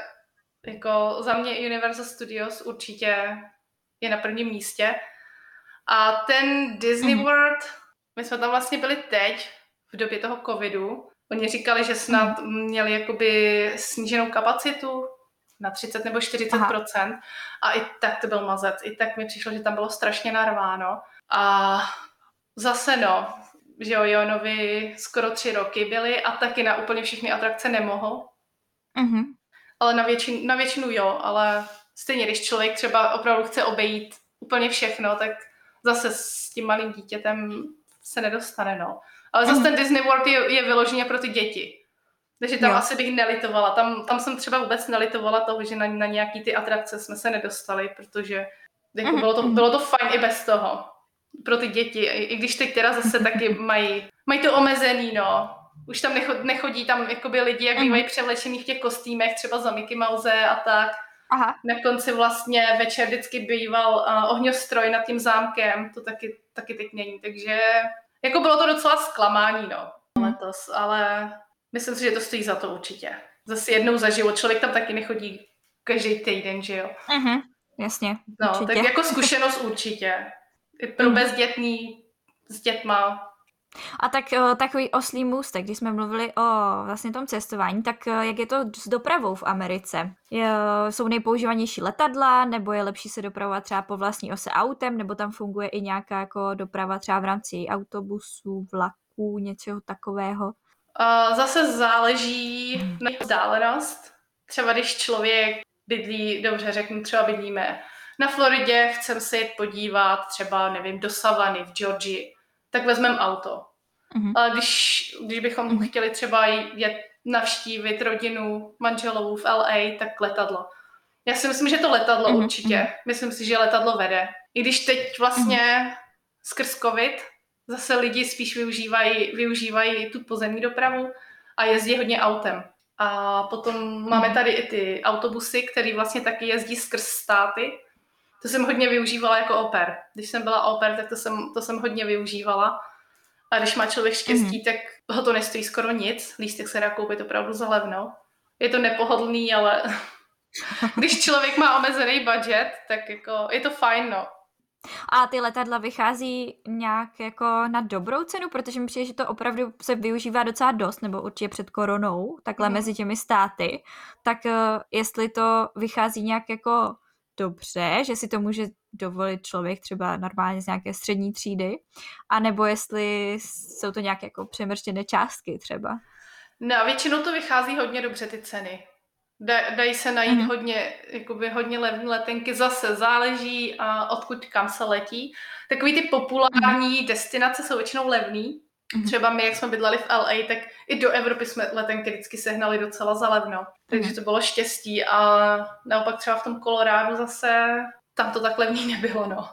jako za mě Universal Studios určitě je na prvním místě. A ten Disney World, my jsme tam vlastně byli teď, v době toho covidu. Oni říkali, že snad měli jakoby sníženou kapacitu na třicet nebo čtyřicet procent. Aha. A i tak to byl mazec. I tak mi přišlo, že tam bylo strašně narváno. A zase no, že jo, Jonovi skoro tři roky byli a taky na úplně všechny atrakce nemohl. Mm-hmm. Ale na většinu, na většinu jo, ale stejně, když člověk třeba opravdu chce obejít úplně všechno, tak zase s tím malým dítětem se nedostane, no. Ale zase mm-hmm. ten Disney World je, je vyloženě pro ty děti. Takže tam jo. asi bych nelitovala. Tam, tam jsem třeba vůbec nelitovala toho, že na, na nějaký ty atrakce jsme se nedostali, protože jako mm-hmm. bylo, to, bylo to fajn i bez toho. Pro ty děti. I, i když teď teda zase taky mají, mají to omezený, no. Už tam nechodí, nechodí tam jakoby lidi, jak bývají převlečený v těch kostýmech, třeba za Mickey Mouse a tak. Aha. Na konci vlastně večer vždycky býval uh, ohňostroj nad tím zámkem, to taky, taky teď není, takže jako bylo to docela zklamání, no, letos, ale myslím si, že to stojí za to určitě. Zase jednou za život, člověk tam taky nechodí každý týden, že jo. Mhm, jasně, No, určitě. tak jako zkušenost určitě. I pro mm. bezdětný s dětma. A tak takový oslý můstek, když jsme mluvili o vlastně tom cestování, tak jak je to s dopravou v Americe? Je, jsou nejpoužívanější letadla, nebo je lepší se dopravovat třeba po vlastní ose autem, nebo tam funguje i nějaká jako doprava třeba v rámci autobusů, vlaků, něčeho takového? Uh, zase záleží na vzdálenost. Třeba když člověk bydlí, dobře řeknu, třeba bydlíme na Floridě, chcem se jet podívat třeba, nevím, do Savany v Georgii, tak vezmeme auto. Mm-hmm. Ale když, když bychom mm-hmm. chtěli třeba jet navštívit rodinu manželovou v L A, tak letadlo. Já si myslím, že to letadlo mm-hmm. určitě. Myslím si, že letadlo vede. I když teď vlastně mm-hmm. skrz covid zase lidi spíš využívají, využívají tu pozemní dopravu a jezdí hodně autem. A potom mm-hmm. máme tady i ty autobusy, které vlastně taky jezdí skrz státy. To jsem hodně využívala jako au pair. Když jsem byla au pair, tak to jsem, to jsem hodně využívala. A když má člověk štěstí, mm. tak ho to nestojí skoro nic. Lístek se dá koupit opravdu za levno. Je to nepohodlný, ale když člověk má omezený budget, tak jako je to fajn, no. A ty letadla vychází nějak jako na dobrou cenu, protože mi přijde, že to opravdu se využívá docela dost, nebo určitě před koronou, takhle mm. mezi těmi státy. Tak uh, jestli to vychází nějak jako dobře, že si to může dovolit člověk třeba normálně z nějaké střední třídy, anebo jestli jsou to nějaké jako přemrštěné částky třeba. No a většinou to vychází hodně dobře ty ceny. Da, dají se najít mm. hodně, jakoby hodně levné letenky, zase záleží a odkud kam se letí. Takový ty populární mm. destinace jsou většinou levný. Mm. Třeba my, jak jsme bydleli v L A, tak i do Evropy jsme letenky vždycky sehnali docela za levno. Takže mm. to bylo štěstí a naopak třeba v tom Kolorádu zase tam to tak levný nebylo, no.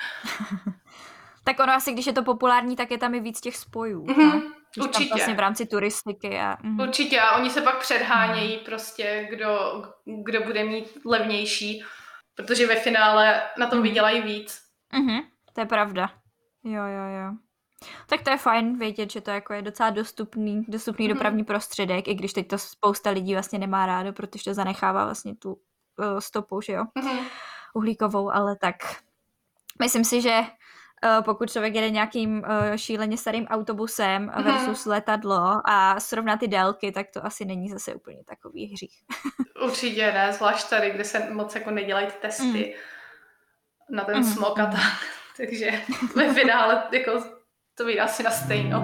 Tak ono asi, když je to populární, tak je tam i víc těch spojů. Mm-hmm, no? určitě. Tam vlastně v rámci turistiky. A, mm. Určitě a oni se pak předhánějí mm. prostě, kdo, kdo bude mít levnější, protože ve finále na tom mm. vydělají víc. Mm-hmm, to je pravda. Jo, jo, jo. Tak to je fajn vědět, že to jako je docela dostupný, dostupný mm. dopravní prostředek, i když teď to spousta lidí vlastně nemá rádo, protože to zanechává vlastně tu uh, stopu, že jo, mm. uhlíkovou, ale tak myslím si, že uh, pokud člověk jede nějakým uh, šíleně starým autobusem mm. versus letadlo a srovná ty délky, tak to asi není zase úplně takový hřích. Určitě ne, zvlášť tady, kde se moc jako nedělají ty testy mm. na ten mm. smog a tak, takže ve finále jako to vyjde asi na stejno.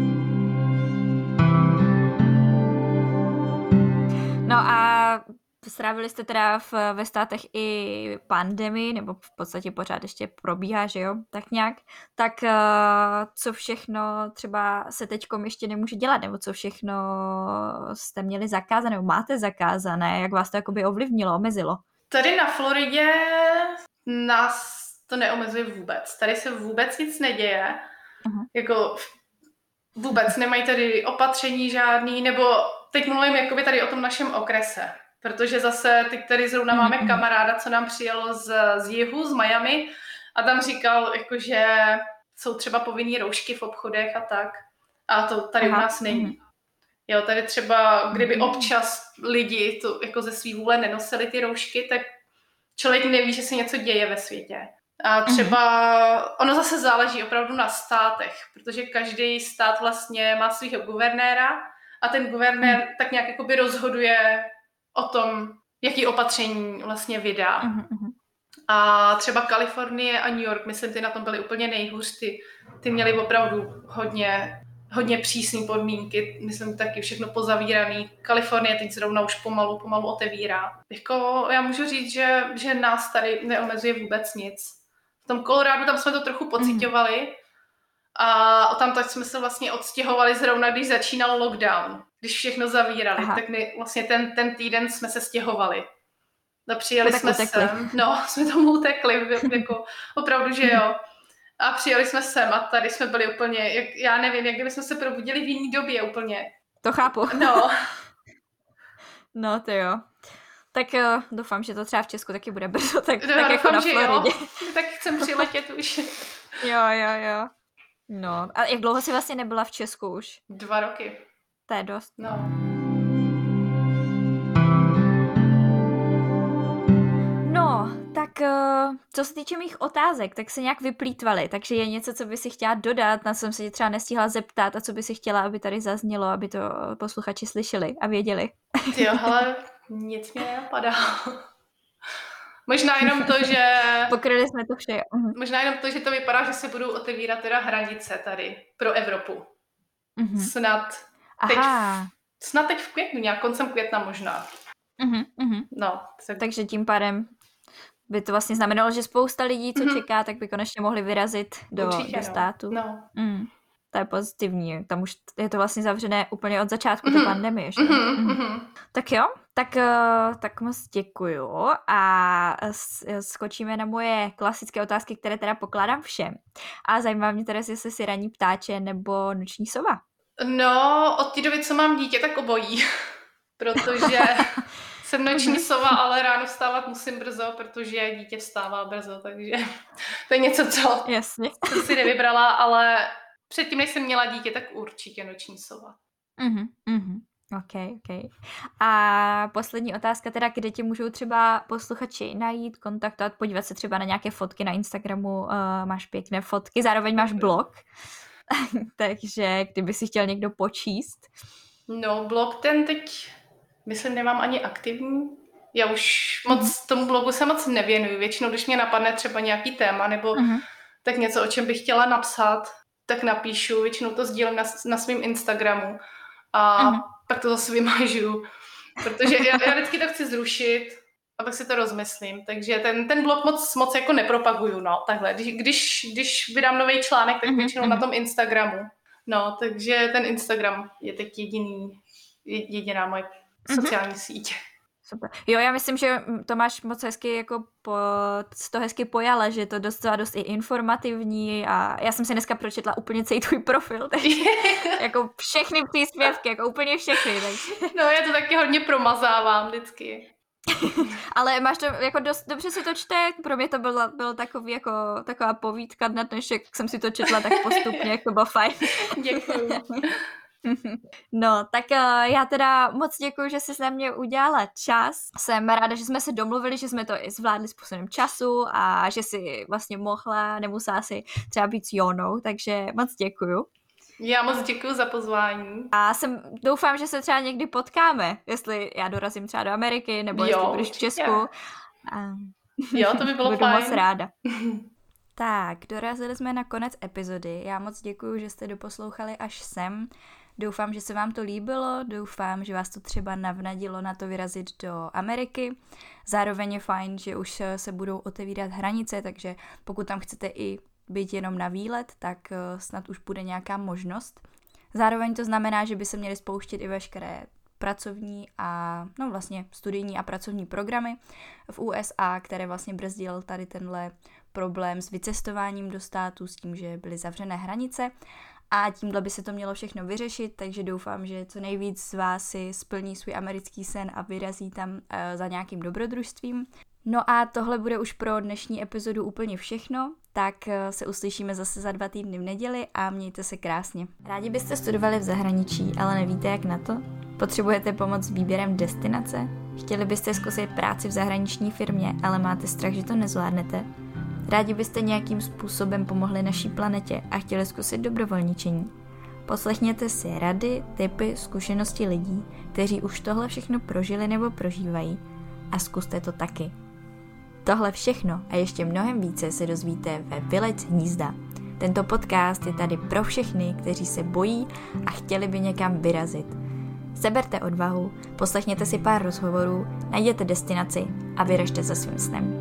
No a strávili jste teda v, ve státech i pandemii, nebo v podstatě pořád ještě probíhá, že jo, tak nějak. Tak uh, co všechno třeba se teďkom ještě nemůže dělat, nebo co všechno jste měli zakázané, nebo máte zakázané, jak vás to jakoby ovlivnilo, omezilo? Tady na Floridě nás to neomezuje vůbec. Tady se vůbec nic neděje. Uh-huh. Jako vůbec nemají tady opatření žádný, nebo teď mluvím jakoby tady o tom našem okrese, protože zase teď tady zrovna uh-huh. máme kamaráda, co nám přijel z, z jihu, z Miami a tam říkal, jakože jsou třeba povinný roušky v obchodech a tak a to tady uh-huh. u nás není. Uh-huh. Jo, tady třeba, kdyby uh-huh. občas lidi to jako ze svý vůle nenosili ty roušky, tak člověk neví, že se něco děje ve světě. A třeba ono zase záleží opravdu na státech, protože každý stát vlastně má svého guvernéra a ten guvernér mm. tak nějak jakoby rozhoduje o tom, jaký opatření vlastně vydá. Mm. A třeba Kalifornie a New York, myslím, ty na tom byly úplně nejhůř, ty, ty měly opravdu hodně, hodně přísné podmínky, myslím taky všechno pozavíraný. Kalifornie teď zrovna už pomalu, pomalu otevírá. Jako já můžu říct, že, že nás tady neomezuje vůbec nic. V tom Kolorádu tam jsme to trochu pociťovali mm. a tam tak jsme se vlastně odstěhovali zrovna, když začínal lockdown, když všechno zavírali, Aha. tak my vlastně ten, ten týden jsme se stěhovali. No, přijeli jsme sem, no, jsme tomu utekli, jako opravdu, že jo. A přijeli jsme sem a tady jsme byli úplně, jak, já nevím, jak kdyby jsme se probudili v jiný době úplně. To chápu. No. No to jo. Tak uh, doufám, že to třeba v Česku taky bude brzo, tak, no, tak doufám, jako na že Floridě. Jo. Tak chcem přiletět už. Jo, jo, jo. No, a jak dlouho jsi vlastně nebyla v Česku už? Dva roky. To je dost. No. No, tak uh, co se týče mých otázek, tak se nějak vyplýtvaly, takže je něco, co by si chtěla dodat, na co jsem se tě třeba nestihla zeptat a co by si chtěla, aby tady zaznělo, aby to posluchači slyšeli a věděli. Jo, hele, nic mě nenapadá. Možná jenom to, že... Pokryli jsme to vše. Uh-huh. Možná jenom to, že to vypadá, že se budou otevírat teda hranice tady pro Evropu. Uh-huh. Snad teď, Aha. snad teď v květnu, nějak koncem května možná. Uh-huh, uh-huh. No, tak... Takže tím pádem by to vlastně znamenalo, že spousta lidí, co uh-huh. čeká, tak by konečně mohli vyrazit do, Určitě, do státu. No. Mm. To je pozitivní. Tam už je to vlastně zavřené úplně od začátku uh-huh. té pandemie. Že? Uh-huh. Mm. Uh-huh. Tak jo, tak, tak moc děkuju a skočíme na moje klasické otázky, které teda pokládám všem. A zajímá mě teda, jestli jsi ranní ptáče nebo noční sova. No, od té doby, co mám dítě, tak obojí. Protože jsem noční sova, ale ráno vstávat musím brzo, protože dítě vstává brzo, takže to je něco, co Jasně. jsem si nevybrala, ale předtím, než jsem měla dítě, tak určitě noční sova. Mhm, mhm. OK, OK. A poslední otázka teda, kde tě můžou třeba posluchači najít, kontaktovat, podívat se třeba na nějaké fotky na Instagramu, uh, máš pěkné fotky, zároveň máš blog, takže kdyby si chtěl někdo počíst. No, blog ten teď, myslím, nemám ani aktivní. Já už moc, mm-hmm. tomu blogu se moc nevěnuju. Většinou, když mě napadne třeba nějaký téma, nebo mm-hmm. tak něco, o čem bych chtěla napsat, tak napíšu. Většinou to sdílím na, na svém Instagramu. A mm-hmm. pak to zase vymažu. Protože já, já vždycky to chci zrušit a pak si to rozmyslím. Takže ten, ten blog moc, moc jako nepropaguju, no, takhle. Když, když, když vydám nový článek, tak většinou mm-hmm. na tom Instagramu. No, takže ten Instagram je teď jediný, jediná moje sociální mm-hmm. síť. Super. Jo, já myslím, že to máš moc hezky jako po, to hezky pojala, že je to docela dost i informativní a já jsem si dneska pročetla úplně celý tvůj profil, takže jako všechny příspěvky, jako úplně všechny. Takže. No, já to taky hodně promazávám vždycky. Ale máš to, jako dost, dobře si to čte, pro mě to bylo, bylo takový jako, taková povídka na dnešek, jsem si to četla tak postupně, jako bylo fajn. Děkuju. No, tak uh, já teda moc děkuju, že jsi na mě udělala čas. Jsem ráda, že jsme se domluvili, že jsme to i zvládli způsobem času a že jsi vlastně mohla, nemusela si třeba být s Jonou, takže moc děkuju. Já moc děkuju za pozvání. A jsem, doufám, že se třeba někdy potkáme, jestli já dorazím třeba do Ameriky, nebo jo, jestli budeš v Česku. A... Jo, to by bylo budu fajn. Budu moc ráda. Tak, dorazili jsme na konec epizody. Já moc děkuju, že jste doposlouchali až sem. Doufám, že se vám to líbilo, doufám, že vás to třeba navnadilo na to vyrazit do Ameriky. Zároveň je fajn, že už se budou otevírat hranice, takže pokud tam chcete i být jenom na výlet, tak snad už bude nějaká možnost. Zároveň to znamená, že by se měly spouštět i veškeré pracovní a no vlastně studijní a pracovní programy v U S A, které vlastně brzdil tady tenhle problém s vycestováním do státu, s tím, že byly zavřené hranice. A tímhle by se to mělo všechno vyřešit, takže doufám, že co nejvíc z vás si splní svůj americký sen a vyrazí tam uh, za nějakým dobrodružstvím. No a tohle bude už pro dnešní epizodu úplně všechno, tak uh, se uslyšíme zase za dva týdny v neděli a mějte se krásně. Rádi byste studovali v zahraničí, ale nevíte jak na to? Potřebujete pomoc s výběrem destinace? Chtěli byste zkusit práci v zahraniční firmě, ale máte strach, že to nezvládnete? Rádi byste nějakým způsobem pomohli naší planetě a chtěli zkusit dobrovolničení? Poslechněte si rady, tipy, zkušenosti lidí, kteří už tohle všechno prožili nebo prožívají a zkuste to taky. Tohle všechno a ještě mnohem více se dozvíte ve Vylec hnízda. Tento podcast je tady pro všechny, kteří se bojí a chtěli by někam vyrazit. Seberte odvahu, poslechněte si pár rozhovorů, najděte destinaci a vyražte za svým snem.